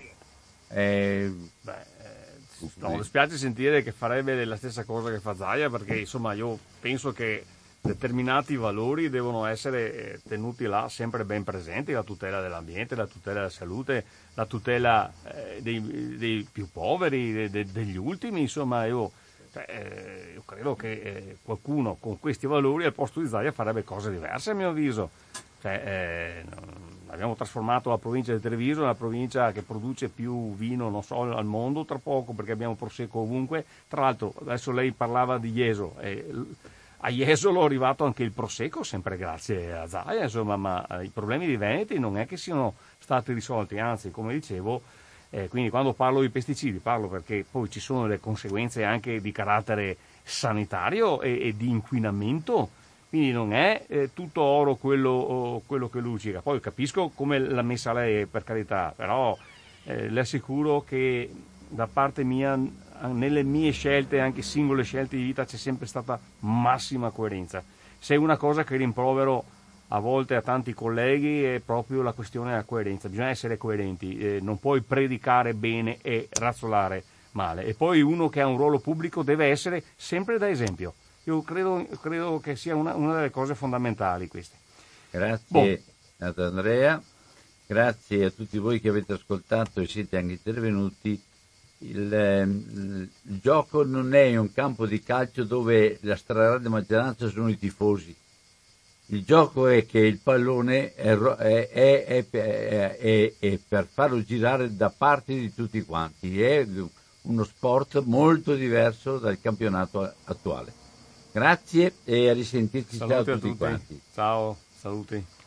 No, dispiace sentire che farebbe la stessa cosa che fa Zaia, perché insomma io penso che determinati valori devono essere tenuti là sempre ben presenti, la tutela dell'ambiente, la tutela della salute, la tutela dei più poveri, degli ultimi, insomma io credo che qualcuno con questi valori al posto di Zaia farebbe cose diverse, a mio avviso. Abbiamo trasformato la provincia di Treviso in una provincia che produce più vino, non so, al mondo tra poco, perché abbiamo prosecco ovunque. Tra l'altro adesso lei parlava di Jesolo, a Jesolo è arrivato anche il prosecco, sempre grazie a Zaia, insomma, ma i problemi dei veneti non è che siano stati risolti, anzi, come dicevo, quindi quando parlo di pesticidi parlo perché poi ci sono le conseguenze anche di carattere sanitario e di inquinamento, quindi non è tutto oro quello che luccica. Poi capisco come l'ha messa lei, per carità, però le assicuro che da parte mia, nelle mie scelte, anche singole scelte di vita, c'è sempre stata massima coerenza. Se una cosa che rimprovero a volte a tanti colleghi è proprio la questione della coerenza. Bisogna essere coerenti, non puoi predicare bene e razzolare male. E poi uno che ha un ruolo pubblico deve essere sempre da esempio. Io credo che sia una delle cose fondamentali queste. Grazie ad Andrea, grazie a tutti voi che avete ascoltato e siete anche intervenuti. Il gioco non è un campo di calcio dove la stragrande maggioranza sono i tifosi. Il gioco è che il pallone è per farlo girare da parte di tutti quanti. È uno sport molto diverso dal campionato attuale. Grazie e a risentirci. Ciao a tutti quanti. Ciao, saluti.